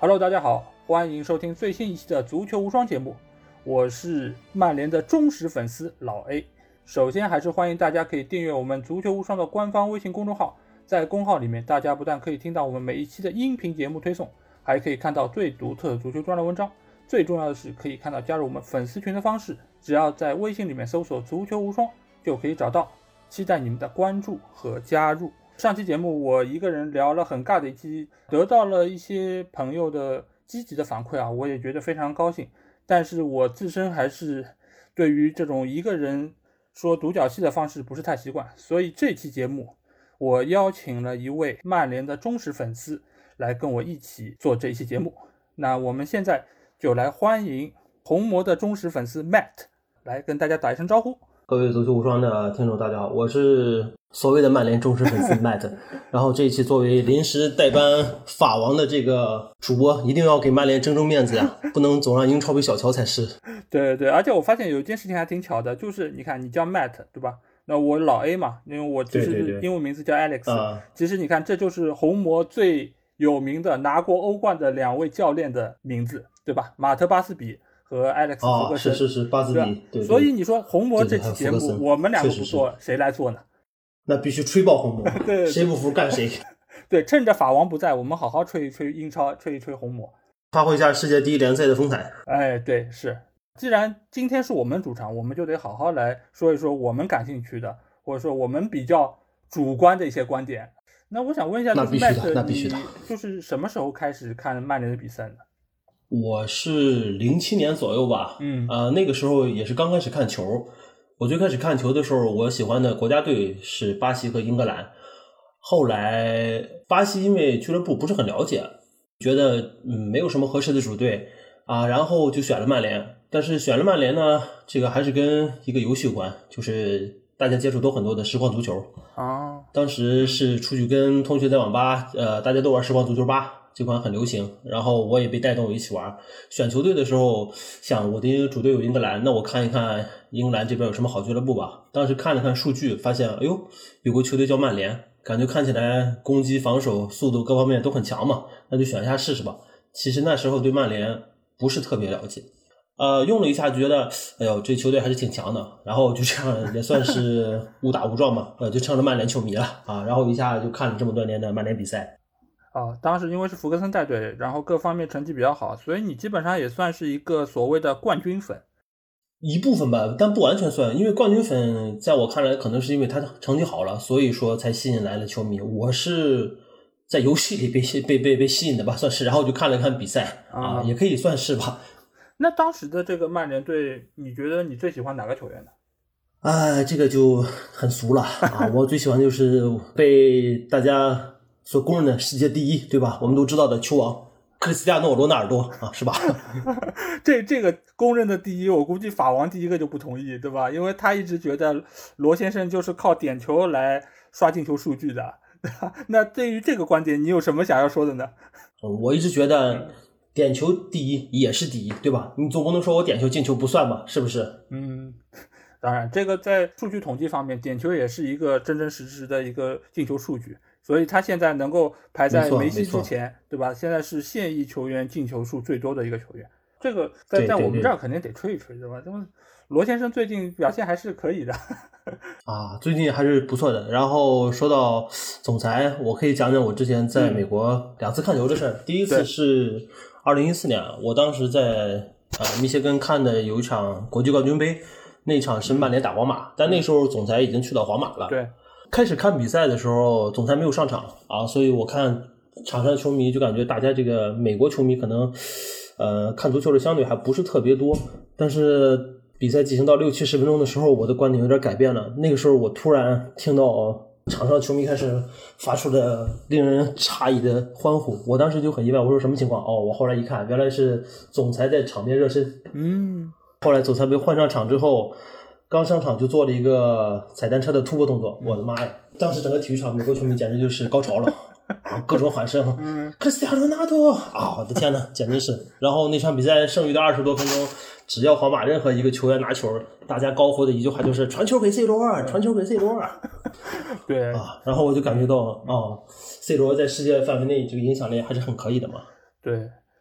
Hello， 大家好，欢迎收听最新一期的足球无双节目，我是曼联的忠实粉丝老 A。首先还是欢迎大家可以订阅我们足球无双的官方微信公众号，在公号里面大家不但可以听到我们每一期的音频节目推送，还可以看到最独特的足球专栏文章，最重要的是可以看到加入我们粉丝群的方式，只要在微信里面搜索足球无双就可以找到，期待你们的关注和加入。上期节目我一个人聊了很尬的一期，得到了一些朋友的积极的反馈啊，我也觉得非常高兴。但是我自身还是对于这种一个人说独角戏的方式不是太习惯，所以这期节目我邀请了一位曼联的忠实粉丝来跟我一起做这一期节目。那我们现在就来欢迎红魔的忠实粉丝 Matt 来跟大家打一声招呼。 各位足球无双的听众大家好，我是所谓的曼联忠实粉丝 Matt 然后这一期作为临时代班法王的这个主播，一定要给曼联争面子呀，不能总让英超被小瞧才是。 对，而且我发现有一件事情还挺巧的，就是你看你叫 Matt 对吧，那我老 A 嘛，因为我其实英文名字叫 Alex， 其实你看这就是红魔最有名的拿过欧冠的两位教练的名字对吧，马特巴斯比和 Alex 福格森。 是巴斯比，对。 所以你说红魔这期节目我们两个不做谁来做呢？ 那必须吹爆红魔对， 谁不服干谁。 对，趁着法王不在，我们好好吹一吹英超，吹一吹红魔， 发挥一下世界第一联赛的风采。 哎，对，是。既然今天是我们主场，我们就得好好来说一说我们感兴趣的，或者说我们比较主观的一些观点。那我想问一下， 那必须的， 就是什么时候开始看曼联的比赛呢？ 我是07年左右吧，那个时候也是刚开始看球。我最开始看球的时候，我喜欢的国家队是巴西和英格兰。后来巴西因为俱乐部不是很了解，觉得没有什么合适的主队啊，然后就选了曼联。但是选了曼联呢，这个还是跟一个游戏有关，就是大家接触都很多的实况足球啊。当时是出去跟同学在网吧，大家都玩实况足球吧，这款很流行，然后我也被带动一起玩。选球队的时候想我的主队有英格兰，那我看一看英格兰这边有什么好俱乐部吧。当时看了看数据，发现哎呦，有个球队叫曼联，感觉看起来攻击防守速度各方面都很强嘛，那就选一下试试吧。其实那时候对曼联不是特别了解，用了一下觉得哎呦这球队还是挺强的，然后就这样也算是误打误撞嘛，就成了曼联球迷了啊。然后一下就看了这么多年的曼联比赛。 当时因为是福格森带队，然后各方面成绩比较好，所以你基本上也算是一个所谓的冠军粉。 一部分吧，但不完全算，因为冠军粉在我看来可能是因为他成绩好了，所以说才吸引来了球迷。我是在游戏里被吸引的吧，算是，然后就看了看比赛啊，也可以算是吧。 那当时的这个曼联队，你觉得你最喜欢哪个球员呢？ 这个就很俗了啊！我最喜欢就是被大家所公认的世界第一，对吧？我们都知道的球王克里斯蒂亚诺·罗纳尔多啊，是吧？ 这个公认的第一，我估计法王第一个就不同意，对吧？因为他一直觉得罗先生就是靠点球来刷进球数据的。那对于这个观点，你有什么想要说的呢？ 我一直觉得点球第一也是第一，对吧？你总不能说我点球进球不算吧？是不是？ 当然，这个在数据统计方面，点球也是一个真真实实的一个进球数据。所以他现在能够排在梅西之前，对吧？现在是现役球员进球数最多的一个球员，这个在我们这儿肯定得吹一吹，对吧？因为罗先生最近表现还是可以的最近还是不错的。然后说到总裁，我可以讲讲我之前在美国2次看球的事。第一次是2014年，我当时在密歇根看的有一场国际冠军杯，那场是曼联打皇马，但那时候总裁已经去到皇马了。 对。 开始看比赛的时候，总裁没有上场所以我看场上的球迷就感觉大家这个美国球迷可能看足球的相对还不是特别多。但是比赛进行到60-70分钟的时候，我的观点有点改变了。那个时候我突然听到场上球迷开始发出了令人诧异的欢呼，我当时就很意外，我说什么情况？我后来一看，原来是总裁在场边热身。后来总裁被换上场之后，刚上场就做了一个彩蛋车的突破动作，我的妈呀！当时整个体育场美国球迷简直就是高潮了各种喊声，克里斯蒂亚诺·罗纳尔多我的天哪，简直是！然后那场比赛剩余的20多分钟，只要皇马任何一个球员拿球，大家高呼的一句话就是传球给 C 罗，传球给 C 罗。 对然后我就感觉到C 罗在世界范围内这个影响力还是很可以的嘛。 对，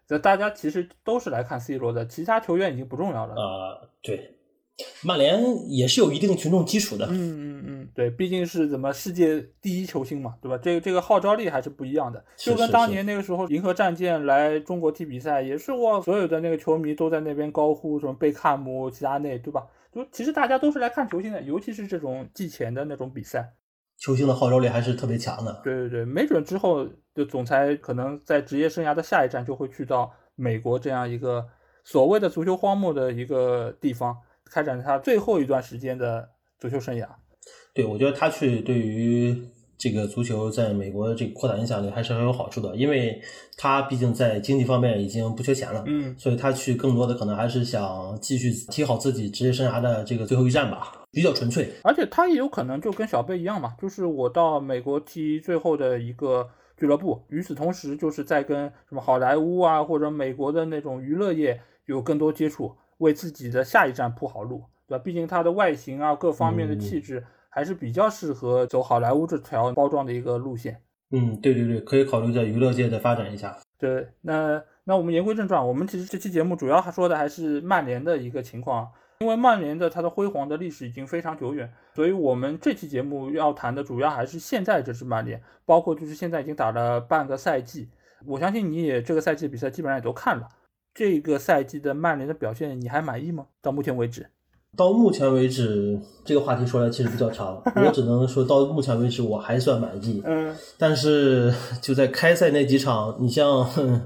这大家其实都是来看 C 罗的，其他球员已经不重要了。 对，曼联也是有一定群众基础的。 对，毕竟是怎么世界第一球星嘛，对吧？这个号召力还是不一样的。就跟当年那个时候银河战舰来中国踢比赛，也是所有的那个球迷都在那边高呼什么贝克汉姆、齐达内，对吧？就其实大家都是来看球星的，尤其是这种季前的那种比赛， 球星的号召力还是特别强的。 对，没准之后的总裁可能在职业生涯的下一站就会去到美国这样一个所谓的足球荒漠的一个地方，开展他最后一段时间的足球生涯。 对，我觉得他去对于这个足球在美国的这个扩大影响力还是很有好处的，因为他毕竟在经济方面已经不缺钱了，所以他去更多的可能还是想继续踢好自己职业生涯的这个最后一战吧，比较纯粹。 而且他也有可能就跟小贝一样嘛，就是我到美国踢最后的一个俱乐部，与此同时就是在跟什么好莱坞啊或者美国的那种娱乐业有更多接触，为自己的下一站铺好路，对吧？毕竟他的外形啊各方面的气质还是比较适合走好莱坞这条包装的一个路线。 对，可以考虑在娱乐界再发展一下。 对，那我们言归正传，我们其实这期节目主要说的还是曼联的一个情况，因为曼联的它的辉煌的历史已经非常久远，所以我们这期节目要谈的主要还是现在这支曼联，包括就是现在已经打了半个赛季，我相信你也这个赛季比赛基本上也都看了，这个赛季的曼联的表现你还满意吗？到目前为止？ 到目前为止，这个话题说来其实比较长，我只能说到目前为止我还算满意。但是就在开赛那几场，你像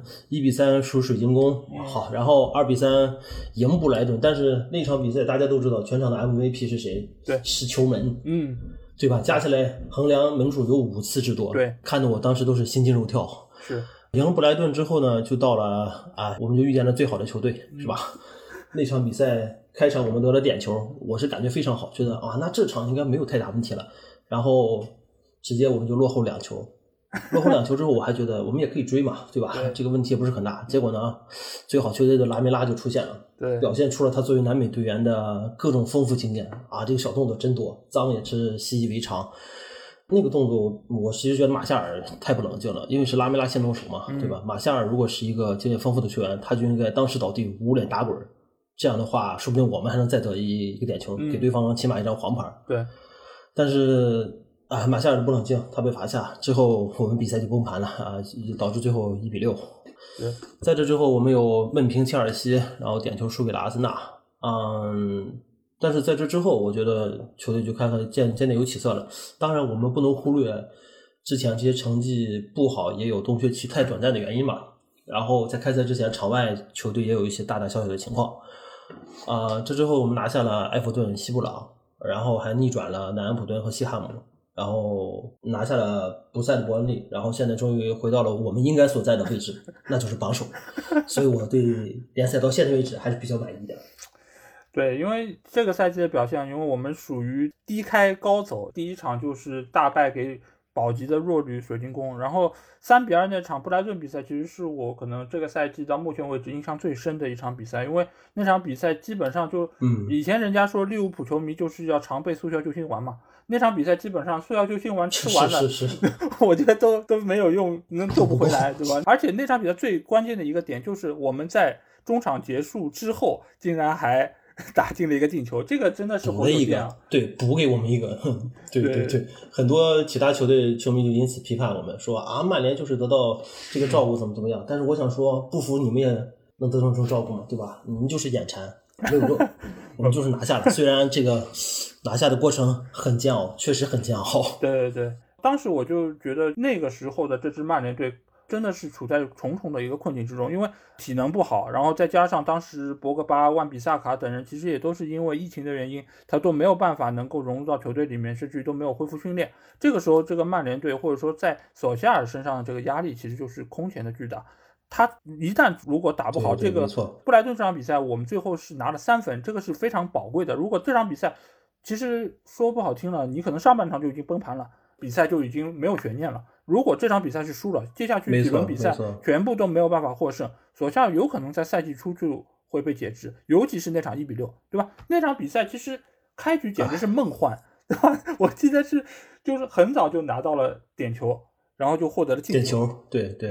1-3输水晶宫，好，然后2-3赢布莱顿，但是那场比赛大家都知道全场的 MVP 是谁？ 对， 是球门。对吧？加起来衡量门数有5次之多。 对， 看得我当时都是心惊肉跳。 是。 赢了布莱顿之后呢，就到了我们就遇见了最好的球队，是吧？那场比赛开场我们得了点球，我是感觉非常好，觉得那这场应该没有太大问题了。然后直接我们就落后2球，落后2球之后，我还觉得我们也可以追嘛，对吧？这个问题也不是很大。结果呢，最好球队的拉梅拉就出现了，表现出了他作为南美队员的各种丰富经验这个小动作真多，脏也是习以为常。那个动作我其实觉得马夏尔太不冷静了，因为是拉梅拉先动手嘛，对吧？马夏尔如果是一个经验丰富的球员，他就应该当时倒地捂脸打滚，这样的话说不定我们还能再得一个点球，给对方起码一张黄牌。 对， 但是马夏尔不冷静，他被罚下之后，我们比赛就崩盘了导致最后1-6。在这之后我们有闷平切尔西，然后点球输给了阿森纳。但是在这之后，我觉得球队就开始渐渐有起色了。当然，我们不能忽略之前这些成绩不好，也有冬歇期太短暂的原因嘛。然后在开赛之前，场外球队也有一些大大小小的情况。这之后我们拿下了埃弗顿、西布朗，然后还逆转了南安普顿和西汉姆，然后拿下了不赛的伯恩利，然后现在终于回到了我们应该所在的位置，那就是榜首。所以我对联赛到现在为止还是比较满意的。 对，因为这个赛季的表现，因为我们属于低开高走，第一场就是大败给保级的弱旅水晶宫，然后3-2那场布莱顿比赛，其实是我可能这个赛季到目前为止印象最深的一场比赛，因为那场比赛基本上就，以前人家说利物浦球迷就是要常备速效救心丸嘛，那场比赛基本上速效救心丸吃完了，我觉得都没有用，能救不回来，对吧？而且那场比赛最关键的一个点就是我们在中场结束之后，竟然还打进了一个进球，这个真的是补了一个，对，补给我们一个，对，很多其他球队球迷就因此批判我们说曼联就是得到这个照顾怎么样，但是我想说，不服你们也能得到这种照顾嘛，对吧？你们就是眼馋没有用，我们就是拿下了，虽然这个拿下的过程很煎熬，确实很煎熬。 对，当时我就觉得那个时候的这支曼联队真的是处在重重的一个困境之中，因为体能不好，然后再加上当时博格巴、万比萨卡等人其实也都是因为疫情的原因，他都没有办法能够融入到球队里面，甚至都没有恢复训练。这个时候这个曼联队或者说在索夏尔身上的这个压力其实就是空前的巨大，他一旦如果打不好，这个布莱顿这场比赛我们最后是拿了3分，这个是非常宝贵的。如果这场比赛其实说不好听了，你可能上半场就已经崩盘了，比赛就已经没有悬念了。如果这场比赛是输了，接下去几轮比赛全部都没有办法获胜，索夏尔有可能在赛季初就会被解职，尤其是那场1-6，对吧？那场比赛其实开局简直是梦幻，对吧？我记得就是很早就拿到了点球，然后就获得了进球。 对。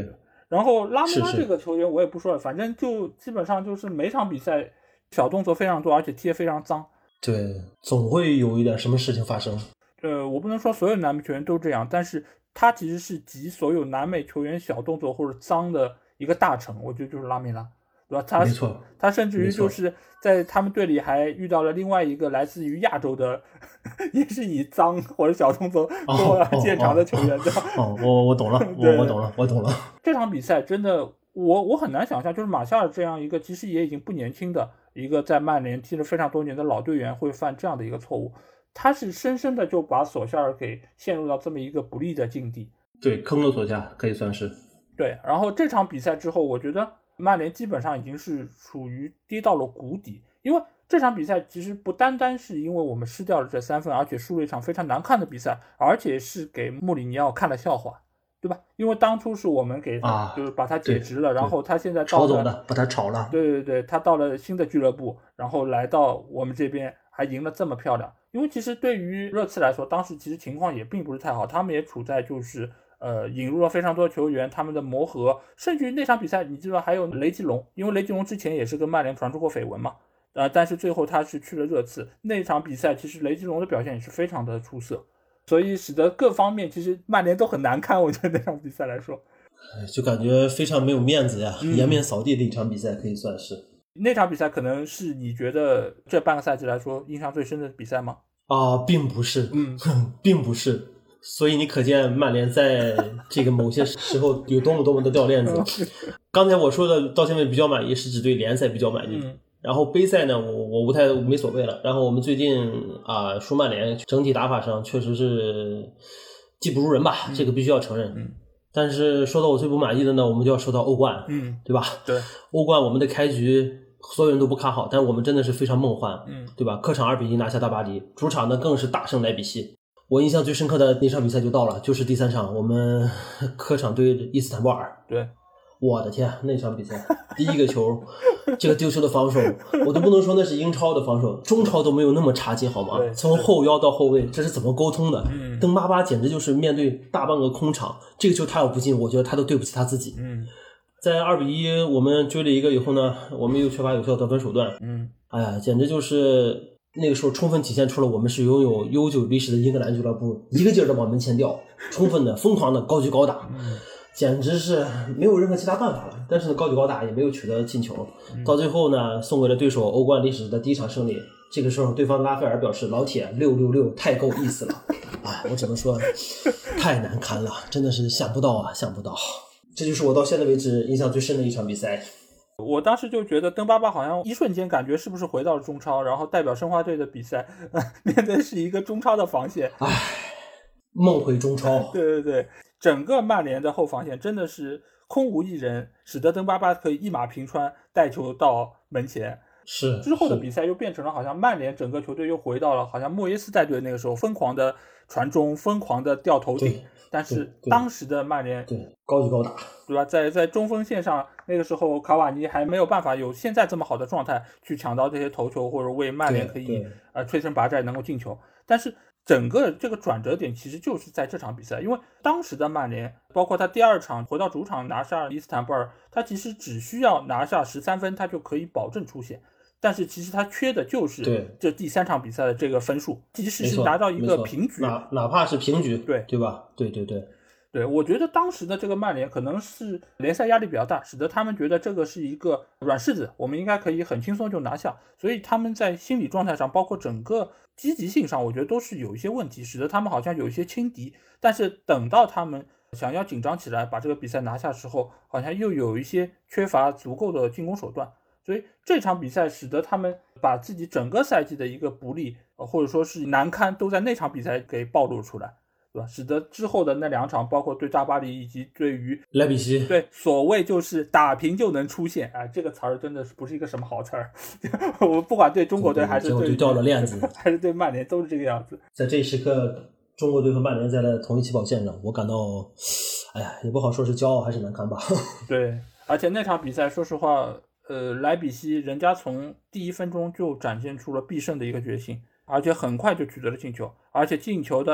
然后拉梅拉这个球员我也不说了，反正就基本上就是每场比赛小动作非常多，而且踢得非常脏。 对，总会有一点什么事情发生。 我不能说所有南美球员都这样，但是他其实是集所有南美球员小动作或者脏的一个大成，我觉得就是拉梅拉，对吧？ 没错， 他甚至于就是在他们队里还遇到了另外一个来自于亚洲的，也是以脏或者小动作多见长的球员。 我懂了，我懂了。 这场比赛真的，我很难想象，就是马夏尔这样一个其实也已经不年轻的一个在曼联踢了非常多年的老队员会犯这样的一个错误。他是深深的就把索夏尔给陷入到这么一个不利的境地， 对，坑了索夏可以算是。 对，然后这场比赛之后，我觉得曼联基本上已经是处于跌到了谷底，因为这场比赛其实不单单是因为我们失掉了这3分，而且输了一场非常难看的比赛，而且是给穆里尼奥看了笑话，对吧？因为当初是我们给他就是把他解职了，然后他现在到了把他炒了， 对，他到了新的俱乐部，然后来到我们这边还赢了这么漂亮。因为其实对于热刺来说，当时其实情况也并不是太好，他们也处在就是引入了非常多的球员，他们的磨合，甚至于那场比赛你知道还有雷吉隆，因为雷吉隆之前也是跟曼联传出过绯闻嘛，但是最后他是去了热刺，那场比赛其实雷吉隆的表现也是非常的出色，所以使得各方面其实曼联都很难看，我觉得那场比赛来说， 就感觉非常没有面子呀，颜面扫地的一场比赛可以算是。 那场比赛可能是你觉得这半个赛季来说印象最深的比赛吗？ 并不是，并不是。所以你可见曼联在这个某些时候有多么的掉链子。刚才我说的到现在比较满意是指对联赛比较满意，然后杯赛呢我没所谓了。然后我们最近输曼联整体打法上确实是技不如人吧，这个必须要承认。但是说到我最不满意的呢，我们就要说到欧冠，对吧？ 对， 欧冠我们的开局所有人都不看好，但我们真的是非常梦幻，对吧？客场2-1拿下大巴黎，主场呢更是大胜莱比锡。我印象最深刻的那场比赛就到了，就是第3场，我们客场对伊斯坦布尔。 对， 我的天，那场比赛第一个球，这个丢球的防守，我都不能说那是英超的防守，中超都没有那么差劲好吗？从后腰到后卫，这是怎么沟通的？登巴巴简直就是面对大半个空场，这个球他要不进，我觉得他都对不起他自己。在2-1我们追了一个以后呢，我们又缺乏有效得分手段。哎呀，简直就是那个时候充分体现出了我们是拥有悠久历史的英格兰俱乐部，一个劲儿的往门前吊，充分的疯狂的高举高打，简直是没有任何其他办法了。但是呢，高举高打也没有取得进球，到最后呢，送给了对手欧冠历史的第1场胜利。这个时候，对方拉斐尔表示：“老铁，666太够意思了。”哎，我只能说太难堪了，真的是想不到啊，想不到。这就是我到现在为止印象最深的一场比赛。 我当时就觉得登巴巴好像一瞬间感觉是不是回到了中超，然后代表申花队的比赛，面对是一个中超的防线。 梦回中超。 对，整个曼联的后防线真的是空无一人，使得登巴巴可以一马平川带球到门前。 是之后的比赛又变成了好像曼联整个球队又回到了好像莫耶斯带队那个时候疯狂的传中，疯狂的吊头顶。但是当时的曼联高举高打， 对吧？在中锋线上，那个时候卡瓦尼还没有办法有现在这么好的状态去抢到这些头球，或者为曼联可以摧城拔寨能够进球。但是整个这个转折点其实就是在这场比赛，因为当时的曼联，包括他第2场回到主场拿下伊斯坦布尔，他其实只需要拿下13分，他就可以保证出线。但是其实他缺的就是这第3场比赛的这个分数，即使是拿到一个平局， 哪怕是平局， 对吧？对， 我觉得当时的这个曼联可能是联赛压力比较大，使得他们觉得这个是一个软柿子，我们应该可以很轻松就拿下，所以他们在心理状态上，包括整个积极性上，我觉得都是有一些问题，使得他们好像有一些轻敌。但是等到他们想要紧张起来，把这个比赛拿下之后，好像又有一些缺乏足够的进攻手段。所以这场比赛使得他们把自己整个赛季的一个不利或者说是难堪都在那场比赛给暴露出来，对吧？使得之后的那2场，包括对大巴黎以及对于莱比锡， 对所谓就是打平就能出线这个词儿真的不是一个什么好词儿。我不管对中国队还是对掉了链子， 还是对曼联都是这个样子。 在这一时刻，中国队和曼联在了同一起跑线上，我感到，也不好说是骄傲还是难堪吧。 对，而且那场比赛，说实话。莱比锡人家从第1分钟就展现出了必胜的一个决心，而且很快就取得了进球，而且进球的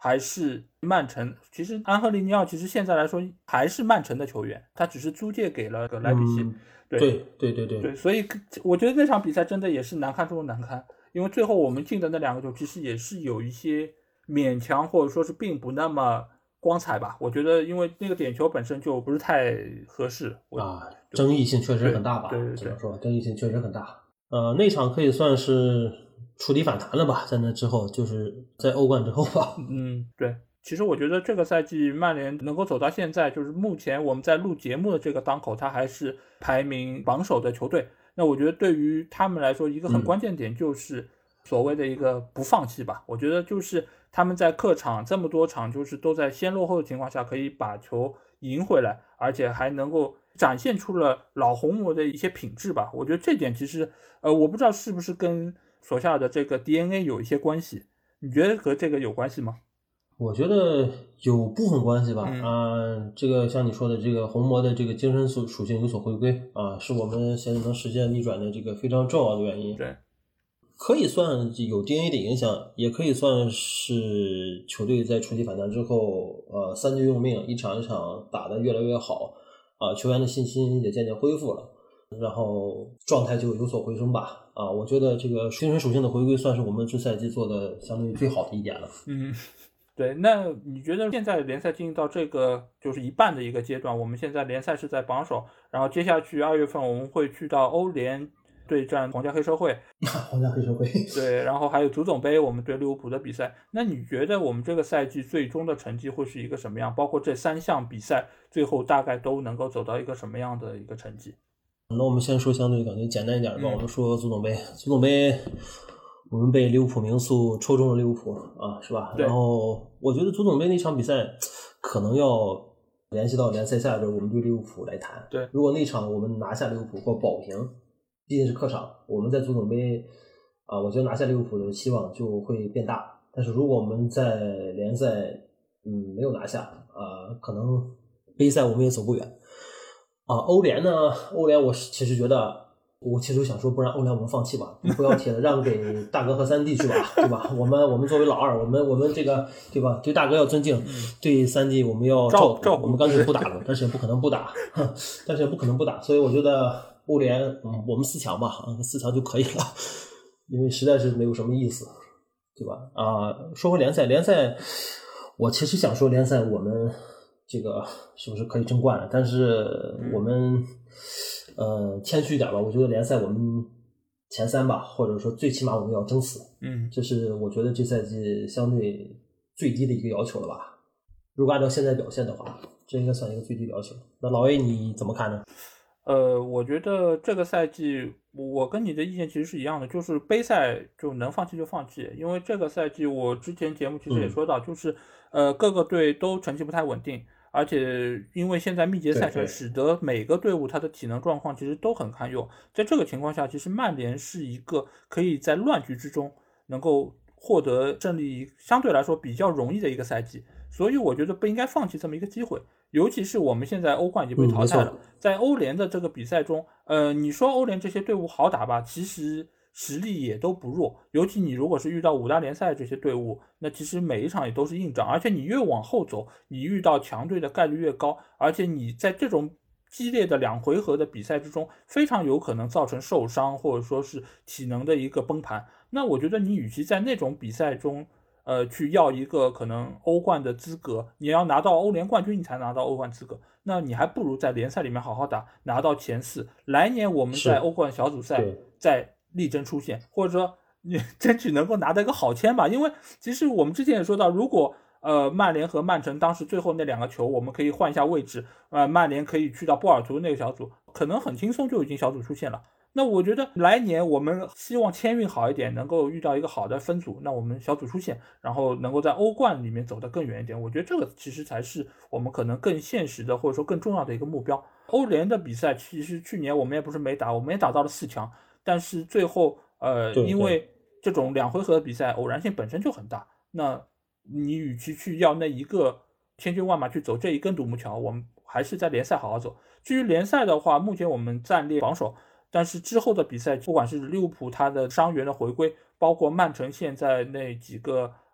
还是曼城？其实安赫利尼奥其实现在来说还是曼城的球员，他只是租借给了莱比锡。对，所以我觉得那场比赛真的也是难看中的难看，因为最后我们进的那2个球其实也是有一些勉强，或者说是并不那么光彩吧。我觉得因为那个点球本身就不是太合适争议性确实很大吧。 对， 怎么说，争议性确实很大。那场可以算是触底反弹了吧，在那之后，就是在欧冠之后吧。 对。其实我觉得这个赛季曼联能够走到现在，就是目前我们在录节目的这个当口，他还是排名榜首的球队。那我觉得对于他们来说，一个很关键点就是所谓的一个不放弃吧。我觉得就是他们在客场这么多场就是都在先落后的情况下，可以把球赢回来，而且还能够展现出了老红魔的一些品质吧。我觉得这点其实我不知道是不是跟索夏尔的这个 DNA 有一些关系，你觉得和这个有关系吗？ 我觉得有部分关系吧。这个像你说的这个红魔的这个精神属性有所回归是我们现在能实现逆转的这个非常重要的原因。 对， 可以算有 DNA 的影响，也可以算是球队在触底反弹之后3局用命，一场一场打得越来越好球员的信心也渐渐恢复了，然后状态就有所回升吧。我觉得这个精神属性的回归算是我们这赛季做的相对最好的一点了。 对，那你觉得现在联赛进行到这个就是一半的一个阶段，我们现在联赛是在榜首，然后接下去2月份我们会去到欧联对战皇家黑社会皇家黑社会对，然后还有足总杯我们对利物浦的比赛。那你觉得我们这个赛季最终的成绩会是一个什么样？包括这3项比赛最后大概都能够走到一个什么样的一个成绩？ 那我们先说相对感觉简单一点吧。我们说足总杯我们被利物浦名宿抽中了利物浦是吧？然后我觉得足总杯那场比赛可能要联系到联赛下边我们对利物浦来谈。 对， 如果那场我们拿下利物浦或保平，毕竟是客场，我们在足总杯我觉得拿下利物浦的希望就会变大。但是如果我们在联赛没有拿下可能杯赛我们也走不远欧联呢？欧联我其实觉得。我其实想说，不然欧联我们放弃吧，不要铁的让给大哥和三弟去吧，对吧？我们作为老二，我们这个对吧？对大哥要尊敬，对三弟我们要照顾，我们干脆不打了，但是也不可能不打，所以我觉得欧联我们4强吧，4强就可以了，因为实在是没有什么意思，对吧？说回联赛，我其实想说联赛我们这个是不是可以争冠了？但是我们。谦虚一点吧，我觉得联赛我们前3吧，或者说最起码我们要争死。这是我觉得这赛季相对最低的一个要求了吧。如果按照现在表现的话，这应该算一个最低要求。那老 A 你怎么看呢？ 我觉得这个赛季我跟你的意见其实是一样的，就是杯赛就能放弃就放弃，因为这个赛季我之前节目其实也说到，就是各个队都成绩不太稳定。而且因为现在密集赛程，使得每个队伍它的体能状况其实都很堪忧。在这个情况下，其实曼联是一个可以在乱局之中能够获得胜利相对来说比较容易的一个赛季，所以我觉得不应该放弃这么一个机会。尤其是我们现在欧冠已经被淘汰了，在欧联的这个比赛中，你说欧联这些队伍好打吧，其实实力也都不弱，尤其你如果是遇到5大联赛这些队伍，那其实每一场也都是硬仗，而且你越往后走，你遇到强队的概率越高，而且你在这种激烈的2回合的比赛之中，非常有可能造成受伤或者说是体能的一个崩盘。那我觉得你与其在那种比赛中去要一个可能欧冠的资格，你要拿到欧联冠军你才拿到欧冠资格，那你还不如在联赛里面好好打，拿到前4，来年我们在欧冠小组赛再力争出线，或者说你争取能够拿到一个好签吧。因为其实我们之前也说到，如果曼联和曼城当时最后那2个球我们可以换一下位置，曼联可以去到波尔图那个小组，可能很轻松就已经小组出线了。那我觉得来年我们希望签运好一点，能够遇到一个好的分组，那我们小组出线，然后能够在欧冠里面走得更远一点。我觉得这个其实才是我们可能更现实的或者说更重要的一个目标。欧联的比赛其实去年我们也不是没打，我们也打到了4强，但是最后因为这种2回合的比赛偶然性本身就很大，那你与其去要那一个千军万马去走这一根独木桥，我们还是在联赛好好走。至于联赛的话，目前我们暂列榜首，但是之后的比赛，不管是利物浦他的伤员的回归，包括曼城现在那几个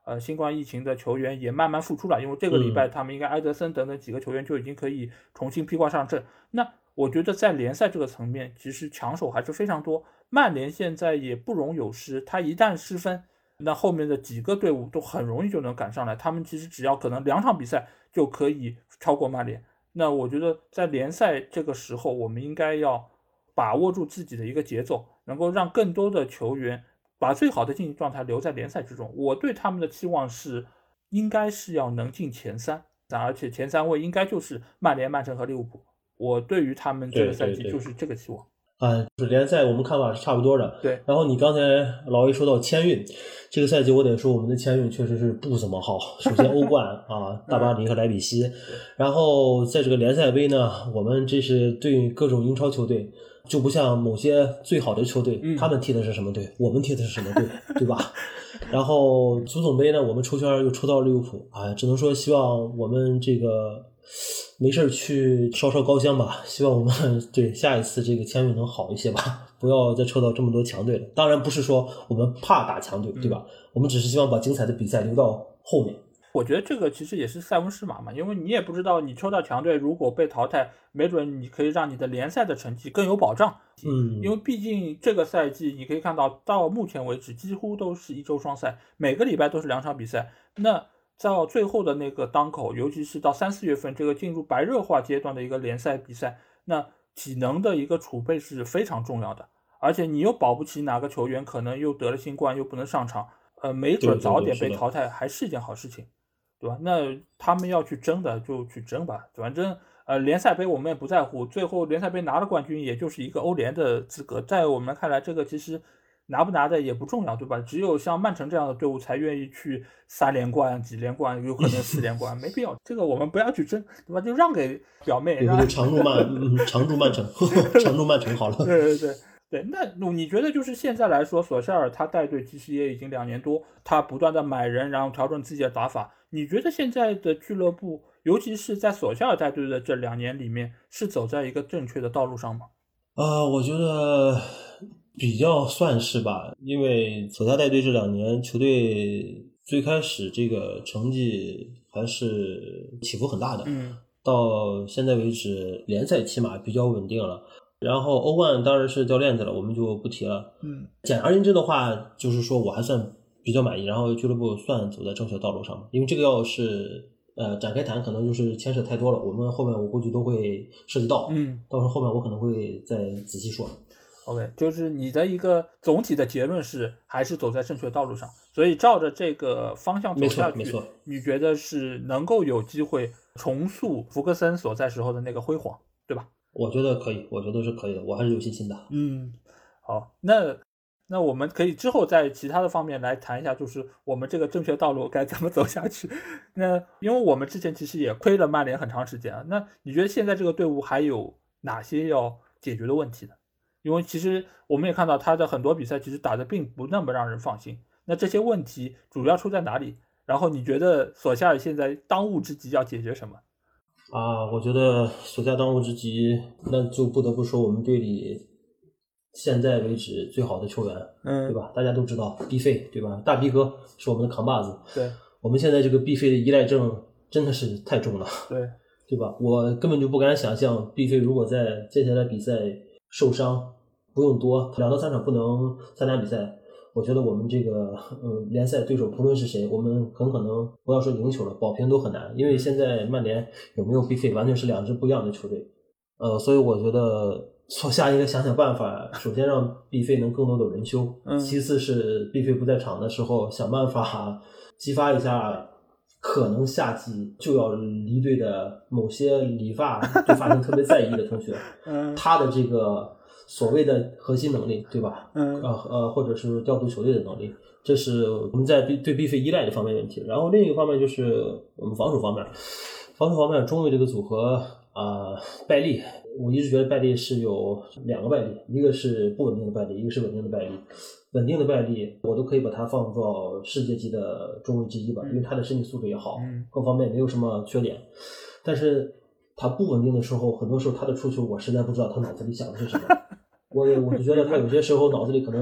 新冠疫情的球员也慢慢复出了，因为这个礼拜他们应该埃德森等等几个球员就已经可以重新披挂上阵。那我觉得在联赛这个层面，其实强手还是非常多。曼联现在也不容有失，他一旦失分，那后面的几个队伍都很容易就能赶上来，他们其实只要可能2场比赛就可以超过曼联。那我觉得在联赛这个时候，我们应该要把握住自己的一个节奏，能够让更多的球员把最好的竞技状态留在联赛之中。我对他们的期望是应该是要能进前3，而且前3位应该就是曼联、曼城和利物浦。我对于他们这个赛季就是这个期望。 就是联赛我们看法是差不多的。 对。 然后你刚才老A说到签运，这个赛季我得说我们的签运确实是不怎么好。首先欧冠大巴黎和莱比锡，然后在这个联赛杯呢，我们这是对各种英超球队，就不像某些最好的球队，他们踢的是什么队，我们踢的是什么队，对吧？然后足总杯呢，我们抽签又抽到利物浦只能说希望我们这个没事去烧烧高香吧，希望我们对下一次这个签运能好一些吧，不要再抽到这么多强队了。当然不是说我们怕打强队，对吧？我们只是希望把精彩的比赛留到后面。 我觉得这个其实也是塞翁失马嘛，因为你也不知道你抽到强队如果被淘汰，没准你可以让你的联赛的成绩更有保障。因为毕竟这个赛季你可以看到目前为止几乎都是1周双赛，每个礼拜都是2场比赛。那到最后的那个当口，尤其是到3、4月份这个进入白热化阶段的一个联赛比赛，那体能的一个储备是非常重要的。而且你又保不齐哪个球员可能又得了新冠又不能上场，没准早点被淘汰还是一件好事情，对吧？那他们要去争的就去争吧，反正联赛杯我们也不在乎，最后联赛杯拿了冠军也就是一个欧联的资格，在我们看来这个其实拿不拿的也不重要，对吧？只有像曼城这样的队伍才愿意去3连冠、几连冠，有可能4连冠，没必要，这个我们不要去争，对吧？就让给表妹， 让常驻曼城，常驻曼城好了。 对，那你觉得就是现在来说，索夏尔他带队其实也已经2年多，他不断的买人，然后调整自己的打法。你觉得现在的俱乐部，尤其是在索夏尔带队的这2年里面，是走在一个正确的道路上吗？ 我觉得比较算是吧，因为索夏带队这2年，球队最开始这个成绩还是起伏很大的，到现在为止，联赛起码比较稳定了。然后欧冠当然是掉链子了，我们就不提了。简而言之的话，就是说我还算比较满意，然后俱乐部算走在正确的道路上，因为这个要是展开谈，可能就是牵涉太多了，我们后面我估计都会涉及到。到时候后面我可能会再仔细说。 OK， 就是你的一个总体的结论是还是走在正确的道路上，所以照着这个方向走下去， 没错， 你觉得是能够有机会重塑福格森所在时候的那个辉煌，对吧？ 我觉得可以，我觉得是可以的，我还是有信心的。 好，那我们可以之后在其他的方面来谈一下，就是我们这个正确道路该怎么走下去。那因为我们之前其实也亏了曼联很长时间啊，那你觉得现在这个队伍还有哪些要解决的问题呢？因为其实我们也看到他的很多比赛其实打得并不那么让人放心，那这些问题主要出在哪里？然后你觉得索夏尔现在当务之急要解决什么？ 我觉得索夏当务之急，那就不得不说我们队里现在为止最好的球员，对吧？大家都知道毕费，对吧？大毕哥是我们的扛把子， 对， 我们现在这个毕费的依赖症真的是太重了，对吧？我根本就不敢想象毕费如果在接下来比赛受伤，不用多2到3场不能参加比赛，我觉得我们这个联赛对手不论是谁，我们很可能不要说赢球了，保平都很难，因为现在曼联有没有毕费完全是2支不一样的球队，所以我觉得索夏应该想想办法，首先让毕费能更多的轮休，其次是毕费不在场的时候想办法激发一下可能夏季就要离队的某些理发对发型特别在意的同学，他的这个所谓的核心能力，对吧？或者是调度球队的能力，这是我们在对毕费依赖的方面问题。然后另一个方面就是我们防守方面，中卫这个组合拜利，我一直觉得拜利是有2个拜利，一个是不稳定的拜利，一个是稳定的拜利。稳定的拜利我都可以把它放到世界级的中卫之一吧，因为他的身体素质也好，各方面没有什么缺点。但是他不稳定的时候，很多时候他的出球我实在不知道他脑子里想的是什么。我就觉得他有些时候脑子里可能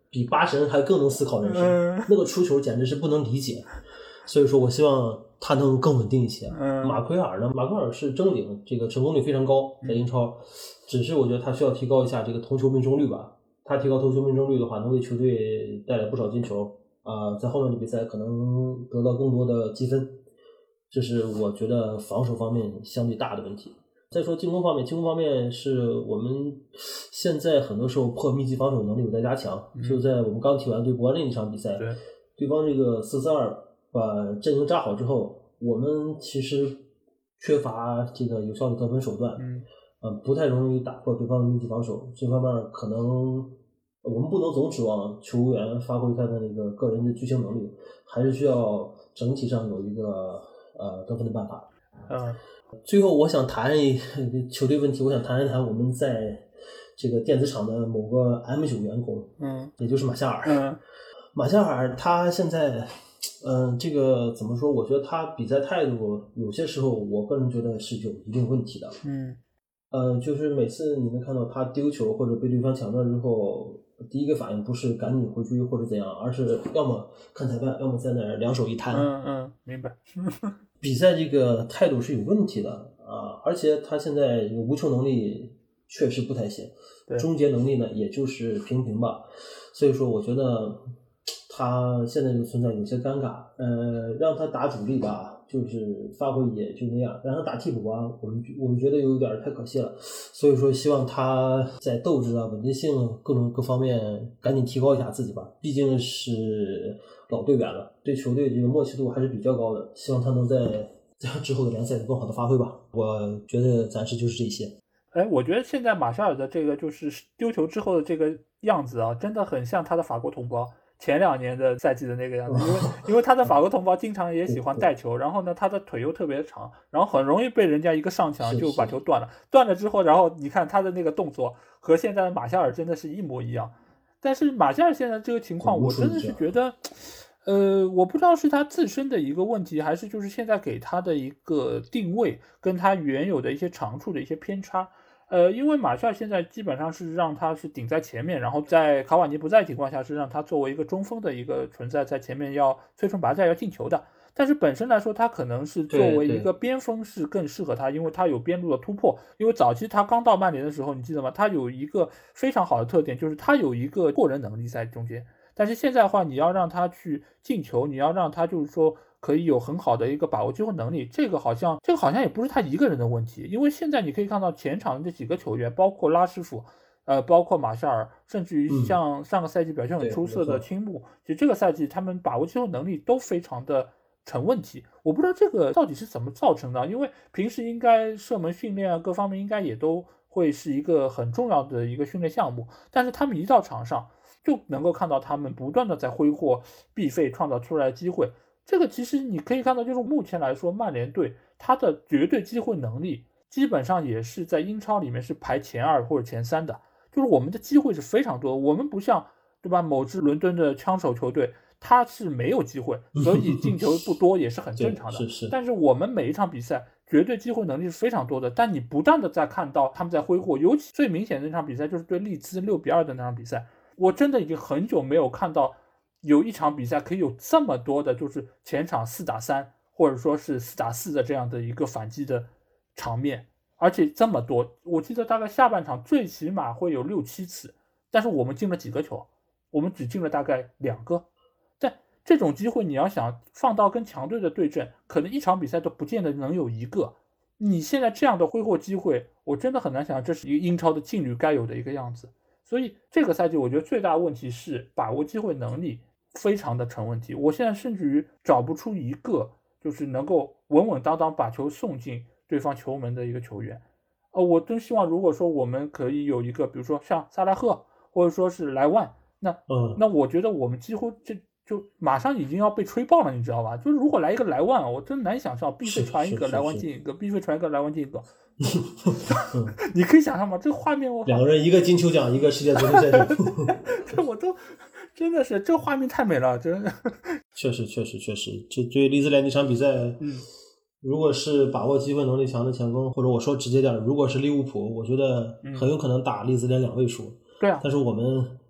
比巴神还更能思考人生，那个出球简直是不能理解。所以说我希望他能更稳定一些。马奎尔呢？马奎尔是正经，这个成功率非常高，在英超，只是我觉得他需要提高一下这个头球命中率吧。他提高头球命中率的话，能为球队带来不少进球在后面的比赛可能得到更多的积分。这是我觉得防守方面相对大的问题。再说进攻方面是我们现在很多时候破密集防守能力有在加强。就在我们刚踢完对伯恩利那场比赛，对方这个4-4-2把阵型扎好之后，我们其实缺乏这个有效的得分手段，不太容易打破对方的密集防守。这方面可能我们不能总指望球员发挥他的那个个人的巨星能力，还是需要整体上有一个得分的办法。最后我想谈一球队问题，我想谈一谈我们在这个电子厂的某个 M9 员工，也就是马夏尔。马夏尔他现在这个怎么说，我觉得他比赛态度有些时候我个人觉得是有一定问题的。就是每次你能看到他丢球或者被对方抢断之后，第一个反应不是赶紧回追或者怎样，而是要么看裁判，要么在那儿两手一摊。 明白。 比赛这个态度是有问题的而且他现在无球能力确实不太行，终结能力呢也就是平平吧。所以说我觉得他现在这个存在有些尴尬。让他打主力吧，就是发挥也就那样，让他打替补吧，我们觉得有点太可惜了。所以说希望他在斗志稳定性各方面赶紧提高一下自己吧，毕竟是老队员了，对球队这个默契度还是比较高的，希望他能在之后的联赛有更好的发挥吧。我觉得暂时就是这些。 我觉得现在马夏尔的这个就是丢球之后的这个样子真的很像他的法国同胞前2年的赛季的那个样子，因为他的法国同胞经常也喜欢带球，然后呢他的腿又特别长，然后很容易被人家一个上抢就把球断了之后，然后你看他的那个动作和现在的马夏尔真的是一模一样。但是马夏尔现在这个情况我真的是觉得我不知道是他自身的一个问题，还是就是现在给他的一个定位跟他原有的一些长处的一些偏差。因为马夏尔现在基本上是让他是顶在前面，然后在卡瓦尼不在情况下是让他作为一个中锋的一个存在，在前面要摧城拔寨要进球的。但是本身来说他可能是作为一个边锋是更适合他，因为他有边路的突破。因为早期他刚到曼联的时候你记得吗，他有一个非常好的特点，就是他有一个过人能力在中间。但是现在的话你要让他去进球，你要让他就是说可以有很好的一个把握机会能力，这个好像也不是他一个人的问题。因为现在你可以看到前场这几个球员，包括拉什福包括马夏尔，甚至于像上个赛季表现很出色的青木，其实这个赛季他们把握机会能力都非常的成问题。我不知道这个到底是怎么造成的，因为平时应该射门训练各方面应该也都会是一个很重要的一个训练项目，但是他们一到场上就能够看到他们不断的在挥霍必费创造出来的机会。这个其实你可以看到，就是目前来说曼联队他的绝对机会能力基本上也是在英超里面是排前2或者前3的，就是我们的机会是非常多，我们不像对吧某支伦敦的枪手球队他是没有机会，所以进球不多也是很正常的但是我们每一场比赛绝对机会能力是非常多的，但你不断的在看到他们在挥霍，尤其最明显的那场比赛就是对利兹6-2的那场比赛，我真的已经很久没有看到有一场比赛可以有这么多的就是前场4打3或者说是4打4的这样的一个反击的场面，而且这么多，我记得大概下半场最起码会有6-7次，但是我们进了几个球，我们只进了大概2个。但这种机会你要想放到跟强队的对阵，可能一场比赛都不见得能有1个。你现在这样的挥霍机会，我真的很难想象这是一个英超的劲旅该有的一个样子。所以这个赛季我觉得最大的问题是把握机会能力非常的成问题。我现在甚至于找不出一个就是能够稳稳当当把球送进对方球门的一个球员。我真希望如果说我们可以有一个比如说像萨拉赫或者说是莱万，那我觉得我们几乎就马上已经要被吹爆了，你知道吧？就是如果来一个莱万，我真难想象必须传一个莱万进一个，必须传一个莱万进一个。你可以想象吗？这个画面 2个人一个金球奖，一个世界足球赛奖， 这我都真的是这画面太美了，真的。 确实，这对利兹联那场比赛，如果是把握机会能力强的前锋，或者我说直接点，如果是利物浦，我觉得很有可能打利兹联2位数。 对啊， 但是我们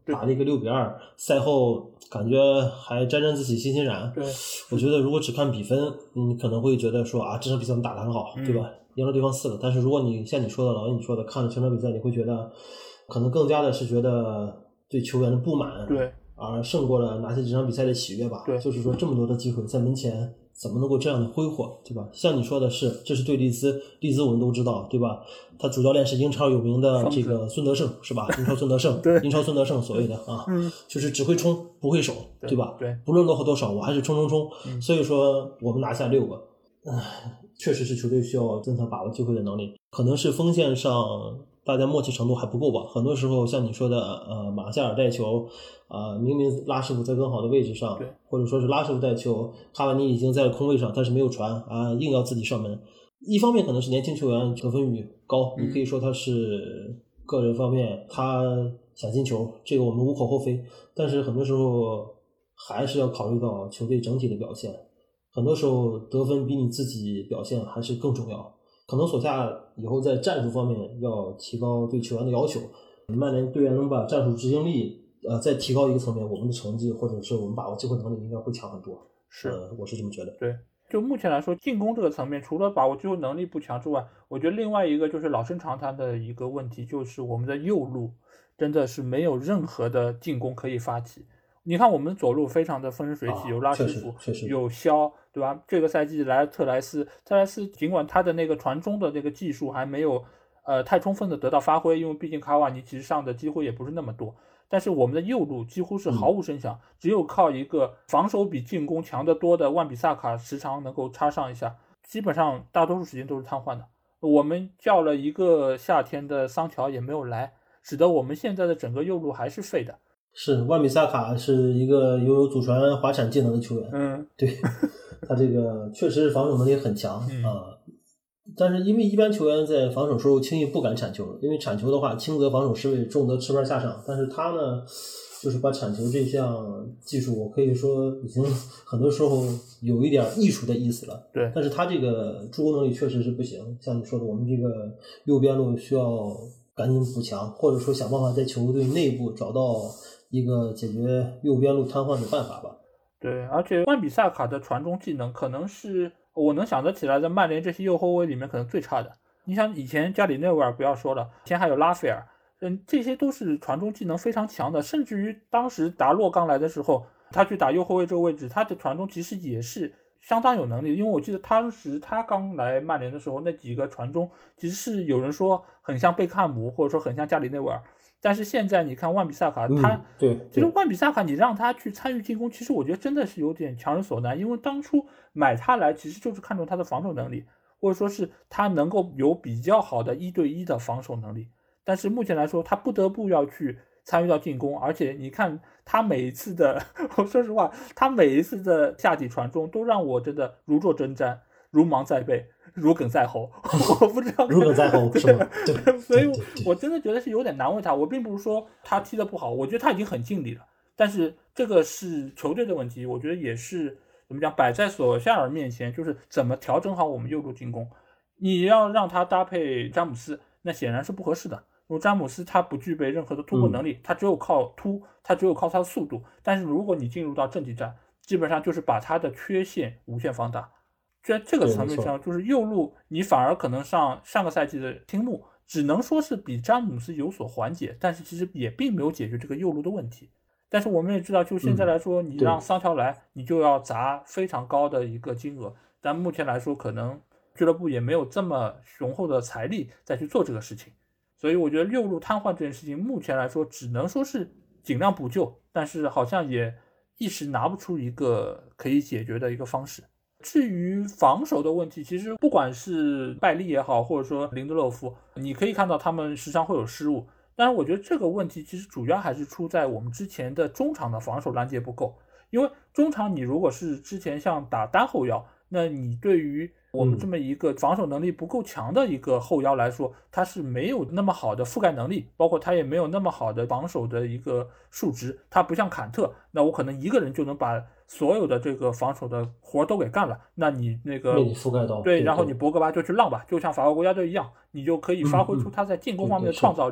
打了一个6-2，赛后感觉还沾沾自喜，欣欣然。 对， 我觉得如果只看比分，你可能会觉得说啊，这场比赛我们打得很好，对吧？赢了对方4个。但是如果你像你说的，老爷你说的，看了全场比赛，你会觉得可能更加的是觉得对球员的不满， 对， 而胜过了拿下这场比赛的喜悦吧。 对， 就是说这么多的机会在门前，怎么能够这样的挥霍，对吧？像你说的是，这是对利兹我们都知道，对吧？他主教练是英超有名的这个孙德胜，是吧？英超孙德胜， 对， 英超孙德胜所谓的啊，就是只会冲不会守，对吧？ 对， 不论落后多少，我还是冲。所以说我们拿下6个，确实是球队需要增强把握机会的能力，可能是锋线上大家默契程度还不够吧。很多时候像你说的马夏尔带球明明拉师傅在更好的位置上，或者说是拉师傅带球，卡瓦尼已经在空位上，但是没有传硬要自己上门。一方面可能是年轻球员得分率高，你可以说他是个人方面他想进球，这个我们无可厚非，但是很多时候还是要考虑到球队整体的表现，很多时候得分比你自己表现还是更重要。可能索夏以后在战术方面要提高对球员的要求，曼联队员能把战术执行力再提高一个层面，我们的成绩或者是我们把握机会能力应该会强很多。 是， 我是这么觉得。 对，就目前来说，进攻这个层面，除了把握机会能力不强之外，我觉得另外一个就是老生常谈的一个问题，就是我们的右路真的是没有任何的进攻可以发起。你看我们左路非常的风生水起，有拉什福，有肖，对吧？这个赛季来特莱斯尽管他的那个传中的那个技术还没有太充分的得到发挥，因为毕竟卡瓦尼其实上的机会也不是那么多，但是我们的右路几乎是毫无声响，只有靠一个防守比进攻强得多的万比萨卡时常能够插上一下，基本上大多数时间都是瘫痪的。我们叫了一个夏天的桑乔也没有来，使得我们现在的整个右路还是废的。 是，万比萨卡是一个拥有祖传滑铲技能的球员，对，他这个确实是防守能力很强但是因为一般球员在防守时候轻易不敢铲球，因为铲球的话轻则防守失位，重则吃分下场，但是他呢就是把铲球这项技术我可以说已经很多时候有一点艺术的意思了。 对， 但是他这个助攻能力确实是不行，像你说的我们这个右边路需要赶紧补强，或者说想办法在球队内部找到一个解决右边路瘫痪的办法吧。 对，而且万比萨卡的传中技能可能是我能想得起来的曼联这些右后卫里面可能最差的。你想以前加里内维尔不要说了，以前还有拉斐尔，这些都是传中技能非常强的，甚至于当时达洛刚来的时候，他去打右后卫这个位置，他的传中其实也是相当有能力，因为我记得当时他刚来曼联的时候，那几个传中其实是有人说很像贝克汉姆，或者说很像加里内维尔。但是现在你看万比萨卡，其实万比萨卡你让他去参与进攻，其实我觉得真的是有点强人所难，因为当初买他来其实就是看中他的防守能力，或者说是他能够有比较好的1对1的防守能力。但是目前来说，他不得不要去参与到进攻，而且你看他每一次的，我说实话，他每一次的下底传中都让我真的如坐针毡，如芒在背，如鲠在喉。我不知道如鲠在喉是吗？对， 所以我真的觉得是有点难为他。我并不是说他踢得不好，我觉得他已经很尽力了，但是这个是球队的问题，我觉得也是怎么讲，摆在索夏尔面前，就是怎么调整好我们右路进攻。你要让他搭配詹姆斯，那显然是不合适的。因为詹姆斯他不具备任何的突破能力，他只有靠突，他只有靠他的速度。但是如果你进入到阵地战，基本上就是把他的缺陷无限放大。在这个层面上，就是右路你反而可能上个赛季的青木，只能说是比詹姆斯有所缓解，但是其实也并没有解决这个右路的问题。但是我们也知道，就现在来说，你让桑乔来，你就要砸非常高的一个金额。但目前来说，可能俱乐部也没有这么雄厚的财力再去做这个事情。所以我觉得右路瘫痪这件事情，目前来说只能说是尽量补救，但是好像也一时拿不出一个可以解决的一个方式。至于防守的问题，其实不管是拜利也好，或者说林德洛夫，你可以看到他们时常会有失误。但是我觉得这个问题其实主要还是出在我们之前的中场的防守拦截不够。因为中场你如果是之前像打单后腰，那你对于我们这么一个防守能力不够强的一个后腰来说，他是没有那么好的覆盖能力，包括他也没有那么好的防守的一个数值。他不像坎特，那我可能一个人就能把所有的这个防守的活都给干了，那你那个覆盖到对，然后你博格巴就去浪吧，就像法国国家队一样，你就可以发挥出他在进攻方面的创造力。